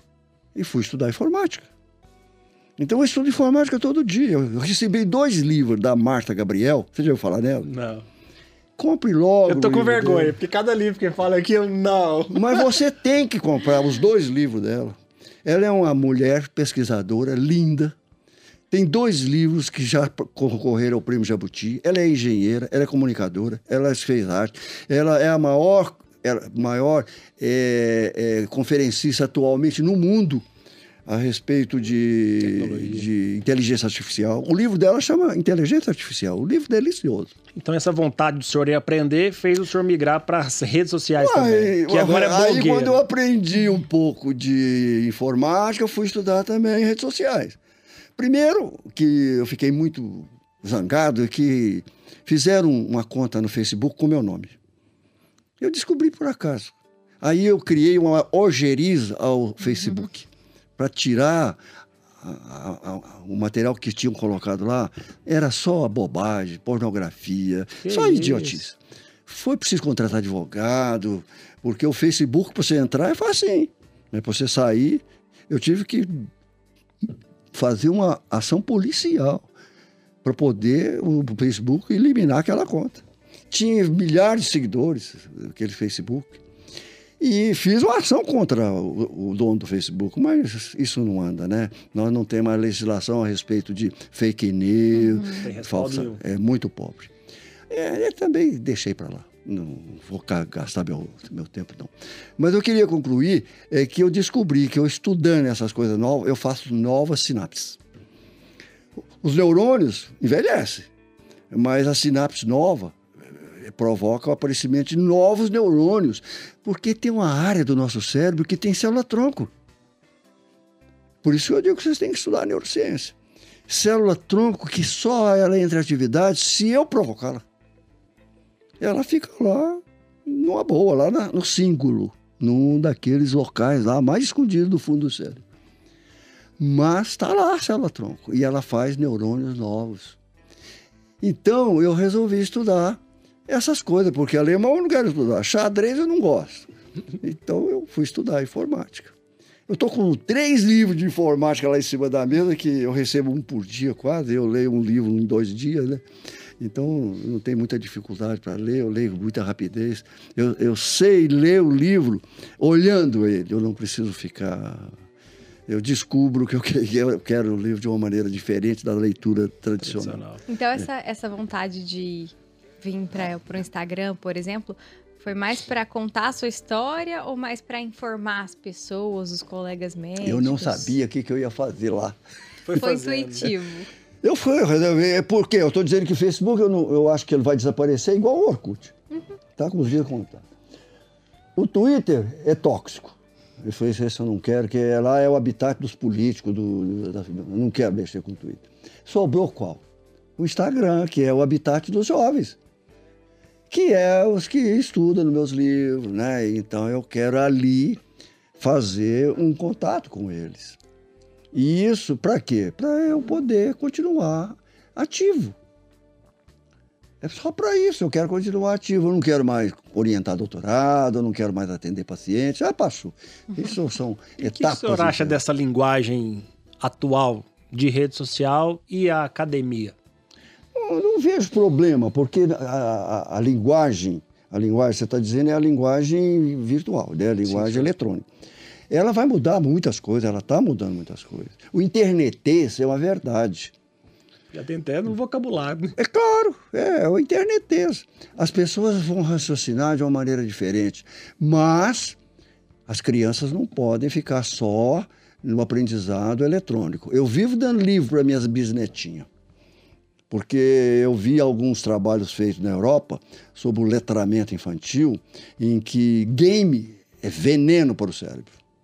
Speaker 3: E fui estudar informática. Então eu estudo informática todo dia. Eu recebi dois livros da Marta Gabriel. Você já ouviu falar nela?
Speaker 1: Não.
Speaker 3: Compre logo.
Speaker 1: Eu tô
Speaker 3: o
Speaker 1: com
Speaker 3: livro
Speaker 1: vergonha,
Speaker 3: dela.
Speaker 1: porque cada livro que fala aqui, eu não.
Speaker 3: Mas você tem que comprar os dois livros dela. Ela é uma mulher pesquisadora linda. Tem dois livros que já concorreram ao Prêmio Jabuti. Ela é engenheira, ela é comunicadora, ela fez arte. Ela é a maior, ela- maior é, é, conferencista atualmente no mundo a respeito de,
Speaker 1: Tecnologia.
Speaker 3: de inteligência artificial. O livro dela chama Inteligência Artificial. O livro é delicioso.
Speaker 1: Então essa vontade do senhor em aprender fez o senhor migrar para as redes sociais também.
Speaker 3: Aí,
Speaker 1: Que agora é
Speaker 3: aí
Speaker 1: blogueiro.
Speaker 3: quando eu aprendi um pouco de informática, eu fui estudar também em redes sociais. Primeiro, que eu fiquei muito zangado, é que fizeram uma conta no Facebook com meu nome. Eu descobri por acaso. Aí eu criei uma ojeriza ao Facebook para tirar a- a- a- o material que tinham colocado lá. Era só bobagem, pornografia,
Speaker 1: Que
Speaker 3: só
Speaker 1: isso?
Speaker 3: idiotice. Foi preciso contratar advogado, porque o Facebook, para você entrar, é facinho. Mas para você sair, eu tive que fazer uma ação policial para poder o Facebook eliminar aquela conta. Tinha milhares de seguidores, aquele Facebook. E fiz uma ação contra o, o dono do Facebook, mas isso não anda, né? Nós não temos mais legislação a respeito de fake news,
Speaker 1: Tem respaldo
Speaker 3: falsa,
Speaker 1: nenhum.
Speaker 3: é muito pobre. É, eu também deixei para lá. Não vou gastar meu, meu tempo, não. Mas eu queria concluir é, que eu descobri que eu estudando essas coisas novas, eu faço novas sinapses. Os neurônios envelhecem, mas a sinapse nova provoca o aparecimento de novos neurônios, porque tem uma área do nosso cérebro que tem célula-tronco. Por isso eu digo que vocês têm que estudar neurociência. Célula-tronco que só ela entra em atividade se eu provocá-la. Ela fica lá, numa boa, lá na, no cíngulo, num daqueles locais lá mais escondidos do fundo do cérebro. Mas está lá a célula-tronco e ela faz neurônios novos. Então eu resolvi estudar essas coisas, porque alemão eu não quero estudar, xadrez eu não gosto. Então eu fui estudar informática. Eu estou com três livros de informática lá em cima da mesa, que eu recebo um por dia quase, eu leio um livro em dois dias, né? Então não tem muita dificuldade para ler, eu leio com muita rapidez. Eu, eu sei ler o livro olhando ele, eu não preciso ficar... Eu descubro que eu quero, eu quero o livro de uma maneira diferente da leitura tradicional. tradicional.
Speaker 2: Então essa, essa vontade de... vir para o Instagram, por exemplo, foi mais para contar a sua história ou mais para informar as pessoas, os colegas médicos?
Speaker 3: Eu não sabia o que, que eu ia fazer lá.
Speaker 2: Foi, foi intuitivo.
Speaker 3: Eu fui, é porque eu estou dizendo que o Facebook, eu, não, eu acho que ele vai desaparecer igual o Orkut. Uhum. Tá com os dias contados. O Twitter é tóxico. Eu falei, isso eu não quero, que lá é o habitat dos políticos, do, da, eu não quero mexer com o Twitter. Sobrou qual? O Instagram, que é o habitat dos jovens. Que é os que estudam nos meus livros, né? Então eu quero ali fazer um contato com eles. E isso para quê? Para eu poder continuar ativo. É só para isso, eu quero continuar ativo. Eu não quero mais orientar doutorado, eu não quero mais atender pacientes. Já passou. Isso são
Speaker 1: e
Speaker 3: etapas.
Speaker 1: O que o senhor acha dessa linguagem atual de rede social e a academia?
Speaker 3: Eu não vejo problema, porque a, a, a linguagem, a linguagem, você está dizendo, é a linguagem virtual, né? A linguagem sim, sim. eletrônica. Ela vai mudar muitas coisas, ela está mudando muitas coisas. O internetês é uma verdade.
Speaker 1: Já tem até no vocabulário.
Speaker 3: É claro, é, é o internetês. As pessoas vão raciocinar de uma maneira diferente, mas as crianças não podem ficar só no aprendizado eletrônico. Eu vivo dando livro para minhas bisnetinhas. Porque eu vi alguns trabalhos feitos na Europa sobre o letramento infantil, em que game é veneno para o cérebro.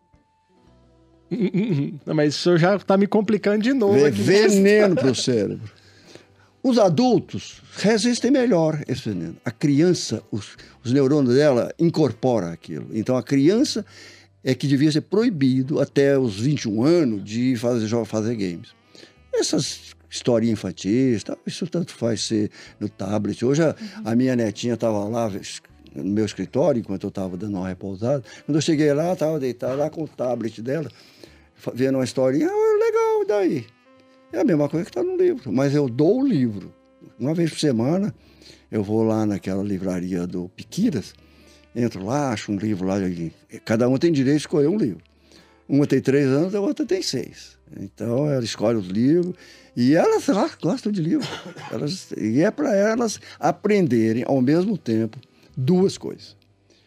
Speaker 1: Não, mas o senhor já está me complicando de novo.
Speaker 3: É
Speaker 1: aqui
Speaker 3: veneno para o cérebro. Os adultos resistem melhor a esse veneno. A criança, os, os neurônios dela incorporam aquilo. Então a criança é que devia ser proibido até os vinte e um anos de fazer, fazer games. Essas historinha infantil, isso tanto faz ser no tablet. Hoje a, uhum. a minha netinha estava lá no meu escritório, enquanto eu estava dando uma repousada. Quando eu cheguei lá, estava deitada lá com o tablet dela, vendo uma historinha. Ah, legal, e daí? É a mesma coisa que está no livro, mas eu dou o livro. Uma vez por semana, eu vou lá naquela livraria do Piquiras, entro lá, acho um livro lá. Cada um tem direito de escolher um livro. Uma tem três anos, a outra tem seis. Então, ela escolhe os livros e elas, elas gostam de livro. Elas, e é para elas aprenderem, ao mesmo tempo, duas coisas.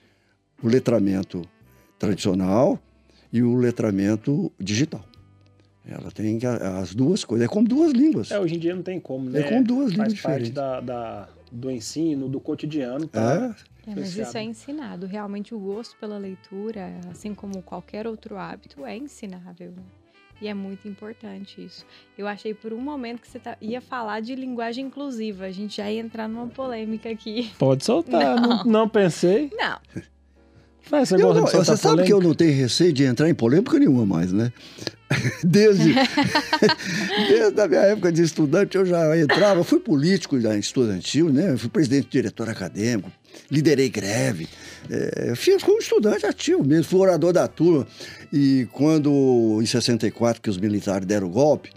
Speaker 3: O letramento tradicional e o letramento digital. Ela tem as duas coisas. É como duas línguas.
Speaker 1: É, hoje em dia não tem como, né?
Speaker 3: É como duas línguas
Speaker 1: diferentes. Faz
Speaker 3: diferentes.
Speaker 1: parte da, da, do ensino, do cotidiano. Tá?
Speaker 2: É. É, mas isso é ensinado. Realmente o gosto pela leitura, assim como qualquer outro hábito, é ensinável. E é muito importante isso. Eu achei por um momento que você tá, ia falar de linguagem inclusiva. A gente já ia entrar numa polêmica aqui.
Speaker 1: Pode soltar. Não, não, não pensei.
Speaker 2: Não.
Speaker 1: Mas você
Speaker 3: eu
Speaker 1: gosta
Speaker 3: não,
Speaker 1: de soltar
Speaker 3: você sabe
Speaker 1: polêmica?
Speaker 3: que eu não tenho receio de entrar em polêmica nenhuma mais, né? Desde, desde a minha época de estudante, eu já entrava, fui político estudantil, né? Fui presidente do diretor acadêmico, liderei greve, é, fui um estudante ativo mesmo, fui orador da turma. E quando, em sessenta e quatro, que os militares deram o golpe,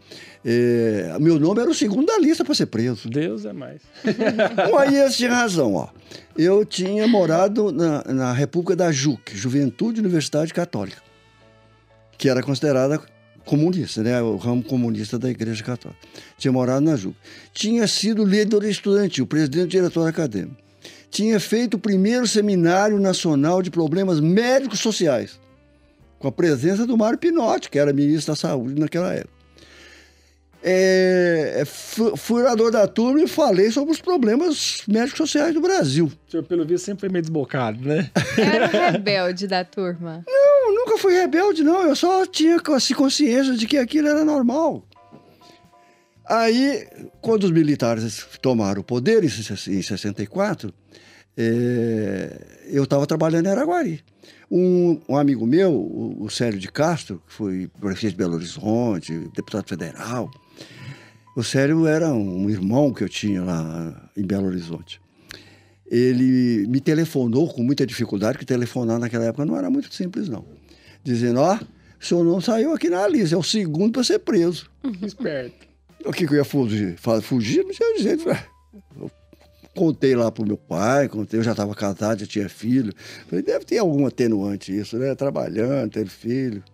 Speaker 3: é, meu nome era o segundo da lista para ser preso.
Speaker 1: Deus é mais.
Speaker 3: Bom, aí eles tinham razão, ó. Eu tinha morado na, na República da Juc, Juventude Universidade Católica, que era considerada comunista, né? O ramo comunista da Igreja Católica. Tinha morado na Juc. Tinha sido líder estudantil, presidente e diretor acadêmico. tinha feito o primeiro Seminário Nacional de Problemas Médicos Sociais, com a presença do Mário Pinotti, que era ministro da Saúde naquela época. É, fui orador da turma e falei sobre os problemas médicos sociais do Brasil.
Speaker 1: O senhor, pelo visto, sempre foi meio desbocado, né?
Speaker 2: Era o rebelde da turma.
Speaker 3: Não, nunca fui rebelde, não. Eu só tinha consciência de que aquilo era normal. Aí, quando os militares tomaram o poder, em sessenta e quatro, é, eu estava trabalhando em Araguari. Um, um amigo meu, o, o Célio de Castro, que foi prefeito de Belo Horizonte, deputado federal, o Célio era um irmão que eu tinha lá em Belo Horizonte. Ele me telefonou com muita dificuldade, porque telefonar naquela época não era muito simples, não. Dizendo, ó, oh, o senhor não saiu aqui na lista, é o segundo para ser preso.
Speaker 1: Esperto.
Speaker 3: O que, que eu ia fugir? Fugir? Não tinha jeito. Eu contei lá pro meu pai, contei, eu já estava casado, já tinha filho. Falei, deve ter algum atenuante isso, né? Trabalhando, ter filho.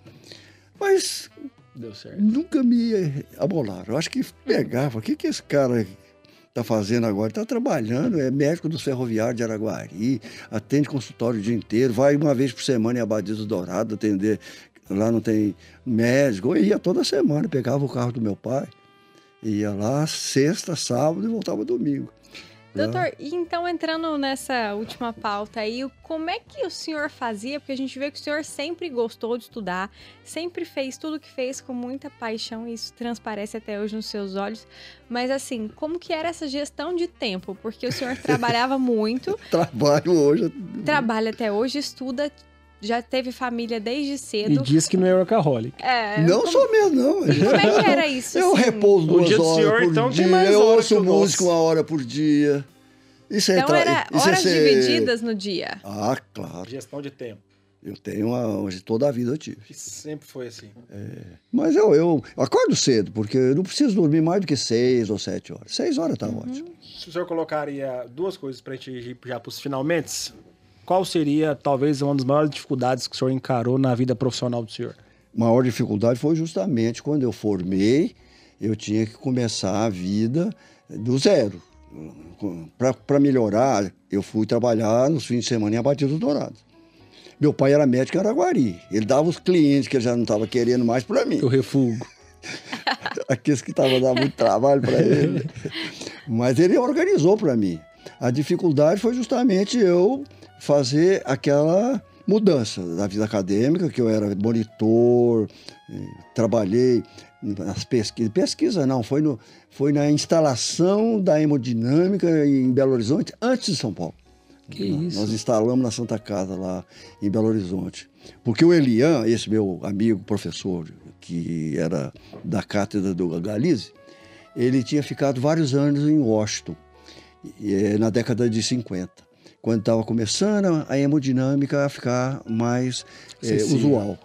Speaker 3: Mas
Speaker 1: deu certo.
Speaker 3: Nunca me abolaram. Eu acho que pegava. O que, que esse cara está fazendo agora? Está trabalhando, é médico do ferroviário de Araguari, atende consultório o dia inteiro, vai uma vez por semana em Abadia do Dourado atender. Lá não tem médico. Eu ia toda semana, pegava o carro do meu pai, ia lá sexta, sábado e voltava domingo.
Speaker 2: Doutor, e então entrando nessa última pauta aí, como é que o senhor fazia? Porque a gente vê que o senhor sempre gostou de estudar, sempre fez tudo o que fez com muita paixão, e isso transparece até hoje nos seus olhos. Mas assim, como que era essa gestão de tempo? Porque o senhor trabalhava muito.
Speaker 3: Trabalho hoje.
Speaker 2: Trabalha até hoje, estuda, já teve família desde cedo.
Speaker 1: E diz que não é workaholic.
Speaker 2: É,
Speaker 3: não
Speaker 2: como...
Speaker 3: sou mesmo, não.
Speaker 2: E como é que era isso?
Speaker 3: Eu
Speaker 2: assim?
Speaker 3: repouso duas
Speaker 1: dia do
Speaker 3: horas
Speaker 1: senhor,
Speaker 3: por
Speaker 1: então,
Speaker 3: dia,
Speaker 1: tem mais
Speaker 3: eu
Speaker 1: hora
Speaker 3: ouço
Speaker 1: que o nosso.
Speaker 3: música uma hora por dia. Isso é
Speaker 2: Então
Speaker 3: tra...
Speaker 2: era
Speaker 3: isso
Speaker 2: horas
Speaker 3: é ser...
Speaker 2: divididas no dia.
Speaker 3: Ah, claro.
Speaker 1: Gestão de tempo.
Speaker 3: Eu tenho uma... Hoje, toda a vida eu tive.
Speaker 1: Sempre foi assim.
Speaker 3: É... Mas eu, eu acordo cedo, porque eu não preciso dormir mais do que seis ou sete horas. Seis horas tá
Speaker 2: Uhum.
Speaker 3: ótimo.
Speaker 1: Se o senhor colocaria duas coisas pra gente ir já pros finalmente, qual seria, talvez, uma das maiores dificuldades que o senhor encarou na vida profissional do senhor?
Speaker 3: A maior dificuldade foi justamente quando eu formei, eu tinha que começar a vida do zero. Para melhorar, eu fui trabalhar nos fins de semana em Abadia do Dourado. Meu pai era médico em Araguari. Ele dava os clientes que ele já não estava querendo mais para mim.
Speaker 1: Eu refugo.
Speaker 3: Aqueles que estavam dando muito trabalho para ele. Mas ele organizou para mim. A dificuldade foi justamente eu fazer aquela mudança da vida acadêmica, que eu era monitor, trabalhei nas pesquisas. Pesquisa não, foi, no, foi na instalação da hemodinâmica em Belo Horizonte, antes de São Paulo.
Speaker 1: Que
Speaker 3: nós,
Speaker 1: isso?
Speaker 3: Nós instalamos na Santa Casa, lá em Belo Horizonte. Porque o Elian, esse meu amigo professor, que era da cátedra do Galize, ele tinha ficado vários anos em Washington, na década de cinquenta, quando estava começando a hemodinâmica a ficar mais é, usual.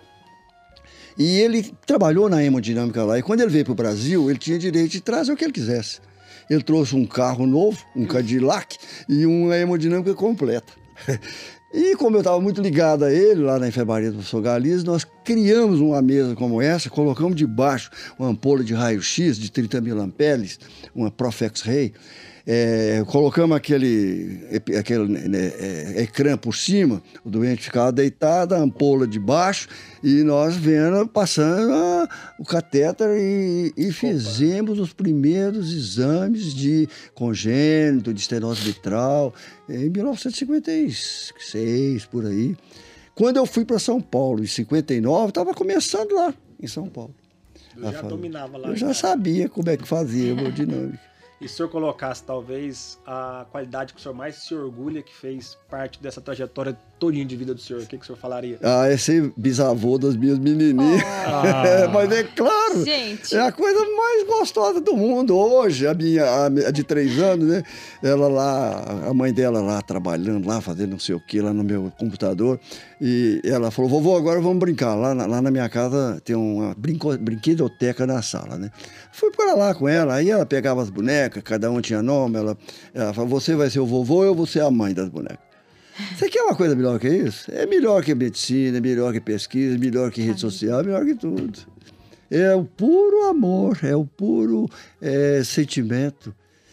Speaker 3: E ele trabalhou na hemodinâmica lá, e quando ele veio para o Brasil, ele tinha direito de trazer o que ele quisesse. Ele trouxe um carro novo, um Cadillac, e uma hemodinâmica completa. E como eu estava muito ligado a ele, lá na enfermaria do professor Galize, nós criamos uma mesa como essa, colocamos debaixo uma ampola de raio-x de trinta mil amperes, uma Profex-Ray, é, colocamos aquele, aquele né, é, ecrã por cima, o doente ficava deitado, a ampola de baixo, e nós vendo, passando a, o catéter e, e fizemos os primeiros exames de congênito, de estenose mitral, em mil novecentos e cinquenta e seis, por aí. Quando eu fui para São Paulo, em cinquenta e nove, estava começando lá, em São Paulo.
Speaker 1: Eu já dominava lá.
Speaker 3: Eu já sabia como é que fazia a hemodinâmica.
Speaker 1: E se o senhor colocasse, talvez, a qualidade que o senhor mais se orgulha que fez parte dessa trajetória todinha de vida do senhor, o que, que o senhor falaria?
Speaker 3: Ah, é ser bisavô das minhas menininhas.
Speaker 1: Oh.
Speaker 3: É, mas é claro,
Speaker 2: Gente.
Speaker 3: é a coisa mais gostosa do mundo. Hoje, a minha, a, a de três anos, né? Ela lá, a mãe dela lá trabalhando, lá fazendo não sei o que, lá no meu computador. E ela falou, vovô, agora vamos brincar. Lá na, lá na minha casa tem uma brinco, brinquedoteca na sala, né? Fui para lá com ela, aí ela pegava as bonecas, cada um tinha nome, ela, ela falou, você vai ser o vovô, eu vou ser a mãe das bonecas. Você quer uma coisa melhor que isso? É melhor que medicina, é melhor que pesquisa, é melhor que rede social, é melhor que tudo. É o puro amor, é o puro é, sentimento.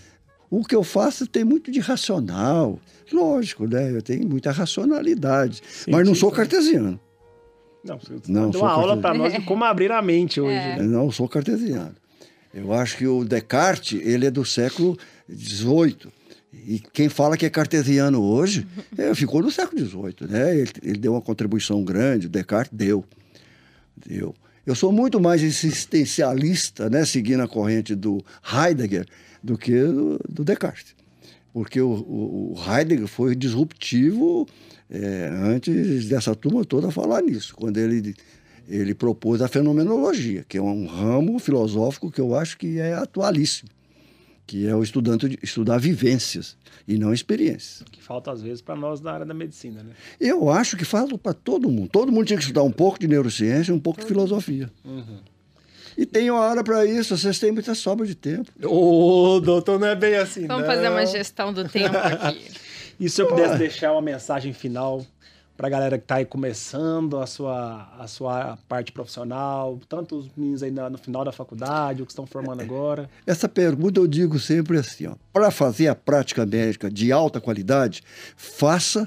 Speaker 3: O que eu faço tem muito de racional. Lógico, né? Eu tenho muita racionalidade. Cientista, mas não sou cartesiano.
Speaker 1: Não, você
Speaker 3: não
Speaker 1: deu uma aula para nós de como abrir a mente hoje.
Speaker 2: É.
Speaker 3: Eu não sou cartesiano. Eu acho que o Descartes, ele é do século dezoito. E quem fala que é cartesiano hoje, é, ficou no século dezoito, né? Ele, ele deu uma contribuição grande, o Descartes deu. deu. Eu sou muito mais existencialista, né, seguindo a corrente do Heidegger, do que do, do Descartes. Porque o, o, o Heidegger foi disruptivo é, antes dessa turma toda falar nisso, quando ele, ele propôs a fenomenologia, que é um ramo filosófico que eu acho que é atualíssimo, que é o estudante de estudar vivências e não experiências.
Speaker 1: Que falta, às vezes, para nós na área da medicina, né?
Speaker 3: Eu acho que falta para todo mundo. Todo mundo tinha que estudar um pouco de neurociência e um pouco de filosofia.
Speaker 1: Uhum.
Speaker 3: E tem hora para isso, vocês têm muita sobra de tempo.
Speaker 1: Ô, doutor, não é bem assim,
Speaker 2: Vamos
Speaker 1: não.
Speaker 2: fazer uma gestão do tempo aqui.
Speaker 1: E se eu pudesse deixar uma mensagem final para a galera que está aí começando a sua, a sua parte profissional, tanto os meninos aí no final da faculdade, ou que estão formando agora?
Speaker 3: Essa pergunta eu digo sempre assim, ó, para fazer a prática médica de alta qualidade, faça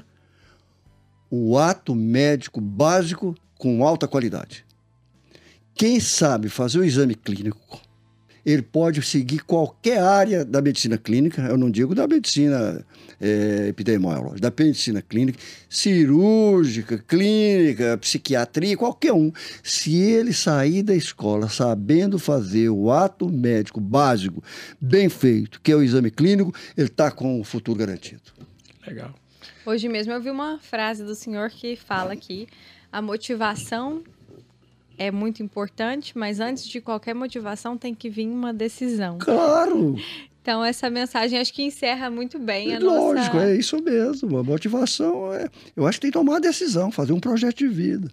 Speaker 3: o ato médico básico com alta qualidade. Quem sabe fazer o exame clínico, ele pode seguir qualquer área da medicina clínica, eu não digo da medicina é, epidemiológica, da medicina clínica, cirúrgica, clínica, psiquiatria, qualquer um. Se ele sair da escola sabendo fazer o ato médico básico, bem feito, que é o exame clínico, ele está com o futuro garantido.
Speaker 1: Legal.
Speaker 2: Hoje mesmo eu vi uma frase do senhor que fala que a motivação é muito importante, mas antes de qualquer motivação tem que vir uma decisão.
Speaker 3: Claro!
Speaker 2: Então, essa mensagem acho que encerra muito bem a
Speaker 3: Lógico,
Speaker 2: nossa...
Speaker 3: é isso mesmo. A motivação é... Eu acho que tem que tomar uma decisão, fazer um projeto de vida.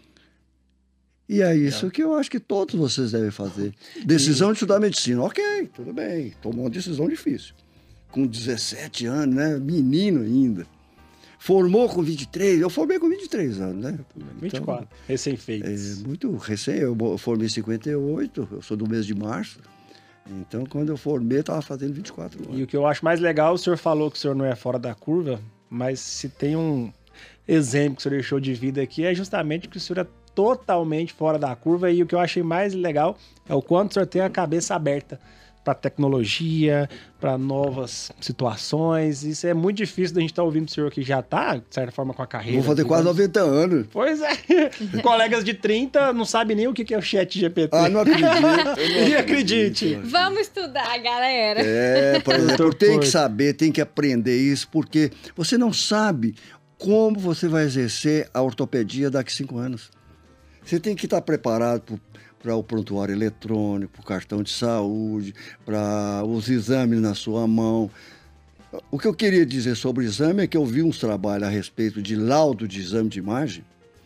Speaker 3: E é isso é. que eu acho que todos vocês devem fazer. Decisão e... de estudar medicina. Ok, tudo bem. Tomou uma decisão difícil. Com dezessete anos, né? Menino ainda. Formou com vinte e três, eu formei com vinte e três anos, né?
Speaker 1: vinte e quatro, então, recém-feitos.
Speaker 3: É, muito recém, eu formei em cinquenta e oito, eu sou do mês de março. Então, quando eu formei, eu estava fazendo vinte e quatro anos.
Speaker 1: E o que eu acho mais legal, o senhor falou que o senhor não é fora da curva, mas se tem um exemplo que o senhor deixou de vida aqui, é justamente que o senhor é totalmente fora da curva. E o que eu achei mais legal é o quanto o senhor tem a cabeça aberta para tecnologia, para novas situações. Isso é muito difícil da gente estar tá ouvindo o senhor que já está, de certa forma, com a carreira.
Speaker 3: Vou fazer quase noventa anos.
Speaker 1: Pois é. Colegas de trinta não sabem nem o que é o chat G P T.
Speaker 3: Ah, não acredito. Não
Speaker 1: e acredite.
Speaker 2: Vamos estudar, galera.
Speaker 3: É, por exemplo, tem que saber, tem que aprender isso, porque você não sabe como você vai exercer a ortopedia daqui a cinco anos. Você tem que estar preparado para para o prontuário eletrônico, para o cartão de saúde, para os exames na sua mão. O que eu queria dizer sobre o exame é que eu vi uns trabalhos a respeito de laudo de exame de imagem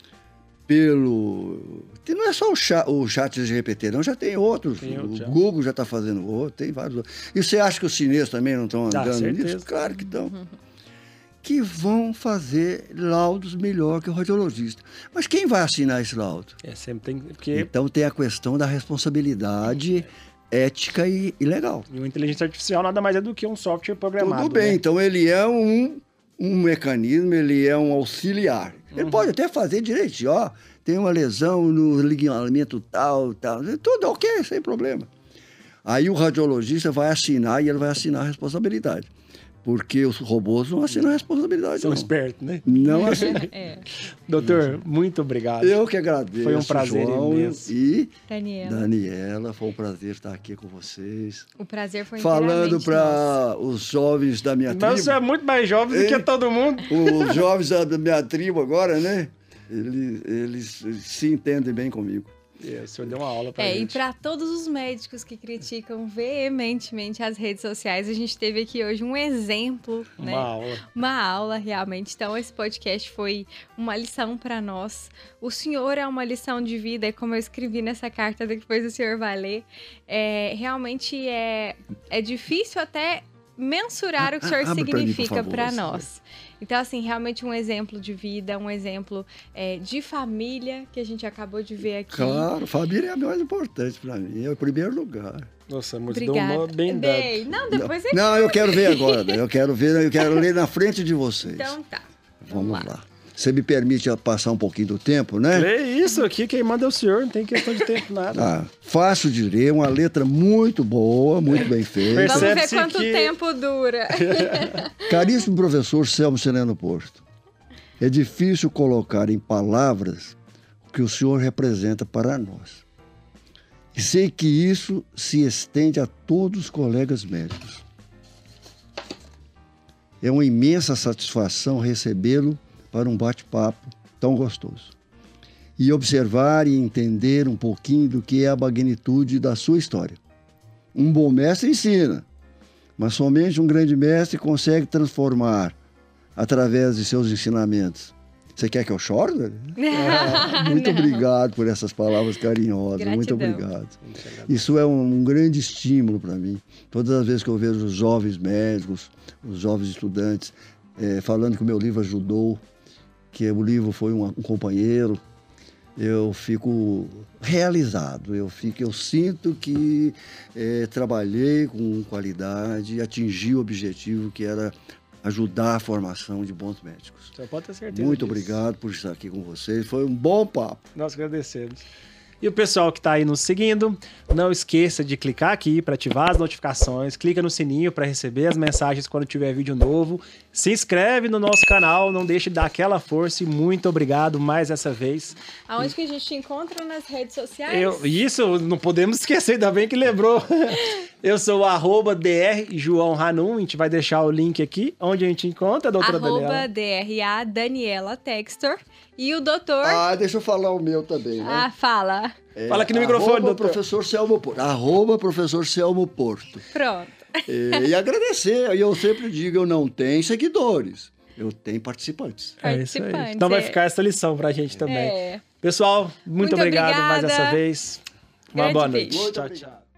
Speaker 3: pelo... Não é só o chat, o chat G P T, não, já tem outros. Tem outro, o já. Google já está fazendo outro, tem vários outros. E você acha que os chineses também não estão andando ah, nisso? Claro que estão. Uhum. Que vão fazer laudos melhor que o radiologista. Mas quem vai assinar esse laudo?
Speaker 1: É, sempre tem... Porque...
Speaker 3: Então tem a questão da responsabilidade é. ética e, e legal.
Speaker 1: E uma inteligência artificial nada mais é do que um software programado.
Speaker 3: Tudo bem,
Speaker 1: né?
Speaker 3: Então ele é um, um mecanismo, ele é um auxiliar. Uhum. Ele pode até fazer direitinho, ó, tem uma lesão no ligamento tal, tal, tudo ok, sem problema. Aí o radiologista vai assinar e ele vai assinar a responsabilidade. Porque os robôs não assinam a responsabilidade.
Speaker 1: São espertos, né?
Speaker 3: Não assinam.
Speaker 2: É.
Speaker 1: Doutor, muito obrigado.
Speaker 3: Eu que agradeço.
Speaker 1: Foi um prazer
Speaker 3: João
Speaker 1: imenso.
Speaker 3: E
Speaker 2: Daniela.
Speaker 3: Daniela, foi um prazer estar aqui com vocês.
Speaker 2: O prazer foi
Speaker 3: falando para os jovens da minha tribo.
Speaker 1: Você é muito mais jovem do que todo mundo.
Speaker 3: Os jovens da minha tribo agora, né? Eles, eles se entendem bem comigo.
Speaker 1: É, o senhor deu uma aula pra
Speaker 2: é,
Speaker 1: gente.
Speaker 2: E para todos os médicos que criticam veementemente as redes sociais, a gente teve aqui hoje um exemplo,
Speaker 1: uma
Speaker 2: né?
Speaker 1: aula.
Speaker 2: Uma aula, realmente. Então, esse podcast foi uma lição para nós. O senhor é uma lição de vida, é como eu escrevi nessa carta, depois o senhor vai ler. É, realmente é, é difícil até mensurar o que o senhor
Speaker 3: Abre
Speaker 2: significa
Speaker 3: para
Speaker 2: nós. Então, assim, realmente um exemplo de vida, um exemplo é, de família que a gente acabou de ver aqui.
Speaker 3: Claro, família é a mais importante para mim, é o primeiro lugar.
Speaker 1: Nossa, amor,
Speaker 2: Obrigada.
Speaker 1: deu uma bem dada.
Speaker 2: Dei. Não, depois você...
Speaker 3: Não, eu quero ver agora. né? Eu quero ver, eu quero ler na frente de vocês.
Speaker 2: Então tá.
Speaker 3: Vamos lá. lá. Você me permite passar um pouquinho do tempo, né?
Speaker 1: É isso aqui, quem manda é o senhor, não tem questão de tempo nada.
Speaker 3: Ah, fácil de ler, uma letra muito boa, muito bem feita.
Speaker 2: Vamos ver
Speaker 1: Percebe-se
Speaker 2: quanto
Speaker 1: que-
Speaker 2: tempo dura.
Speaker 3: Caríssimo professor Selmo Sereno Porto, é difícil colocar em palavras o que o senhor representa para nós. E sei que isso se estende a todos os colegas médicos. É uma imensa satisfação recebê-lo para um bate-papo tão gostoso. E observar e entender um pouquinho do que é a magnitude da sua história. Um bom mestre ensina, mas somente um grande mestre consegue transformar através de seus ensinamentos. Você quer que eu chore? Né? Ah, muito
Speaker 2: Não.
Speaker 3: obrigado por essas palavras carinhosas. Muito
Speaker 2: Gratidão.
Speaker 3: obrigado. Isso é um, um grande estímulo para mim. Todas as vezes que eu vejo os jovens médicos, os jovens estudantes, eh, falando que o meu livro ajudou, que o livro foi um, um companheiro, eu fico realizado. Eu, fico, eu sinto que eh, trabalhei com qualidade e atingi o objetivo que era ajudar a formação de bons médicos.
Speaker 1: Você pode ter certeza
Speaker 3: Muito
Speaker 1: disso.
Speaker 3: obrigado por estar aqui com vocês. Foi um bom papo.
Speaker 1: Nós agradecemos. E o pessoal que está aí nos seguindo, não esqueça de clicar aqui para ativar as notificações, clica no sininho para receber as mensagens quando tiver vídeo novo, se inscreve no nosso canal, não deixe de dar aquela força e muito obrigado mais essa vez.
Speaker 2: Aonde que a gente te encontra nas redes sociais?
Speaker 1: Eu, isso, não podemos esquecer, ainda bem que lembrou. Eu sou o arroba dr João Ranum, a gente vai deixar o link aqui, onde a gente encontra, doutora
Speaker 2: Arroba
Speaker 1: Daniela.
Speaker 2: D R A Daniela Textor. E o doutor...
Speaker 3: Ah, deixa eu falar o meu também, né?
Speaker 2: Ah, fala.
Speaker 3: É,
Speaker 1: Fala aqui no microfone,
Speaker 3: arroba
Speaker 1: doutor.
Speaker 3: professor Selmo Porto. Arroba professor Selmo Porto.
Speaker 2: Pronto.
Speaker 3: E, e agradecer, e eu sempre digo, eu não tenho seguidores, eu tenho participantes.
Speaker 1: É isso aí.
Speaker 2: Participantes,
Speaker 1: Então vai
Speaker 2: é.
Speaker 1: ficar essa lição pra gente também.
Speaker 2: É.
Speaker 1: Pessoal, muito,
Speaker 2: Muito
Speaker 1: obrigado mais
Speaker 2: obrigada.
Speaker 1: essa vez. Uma
Speaker 2: Grande
Speaker 1: boa
Speaker 2: beijo.
Speaker 1: noite.
Speaker 3: Muito
Speaker 1: Tchau,
Speaker 3: obrigado.
Speaker 1: tchau.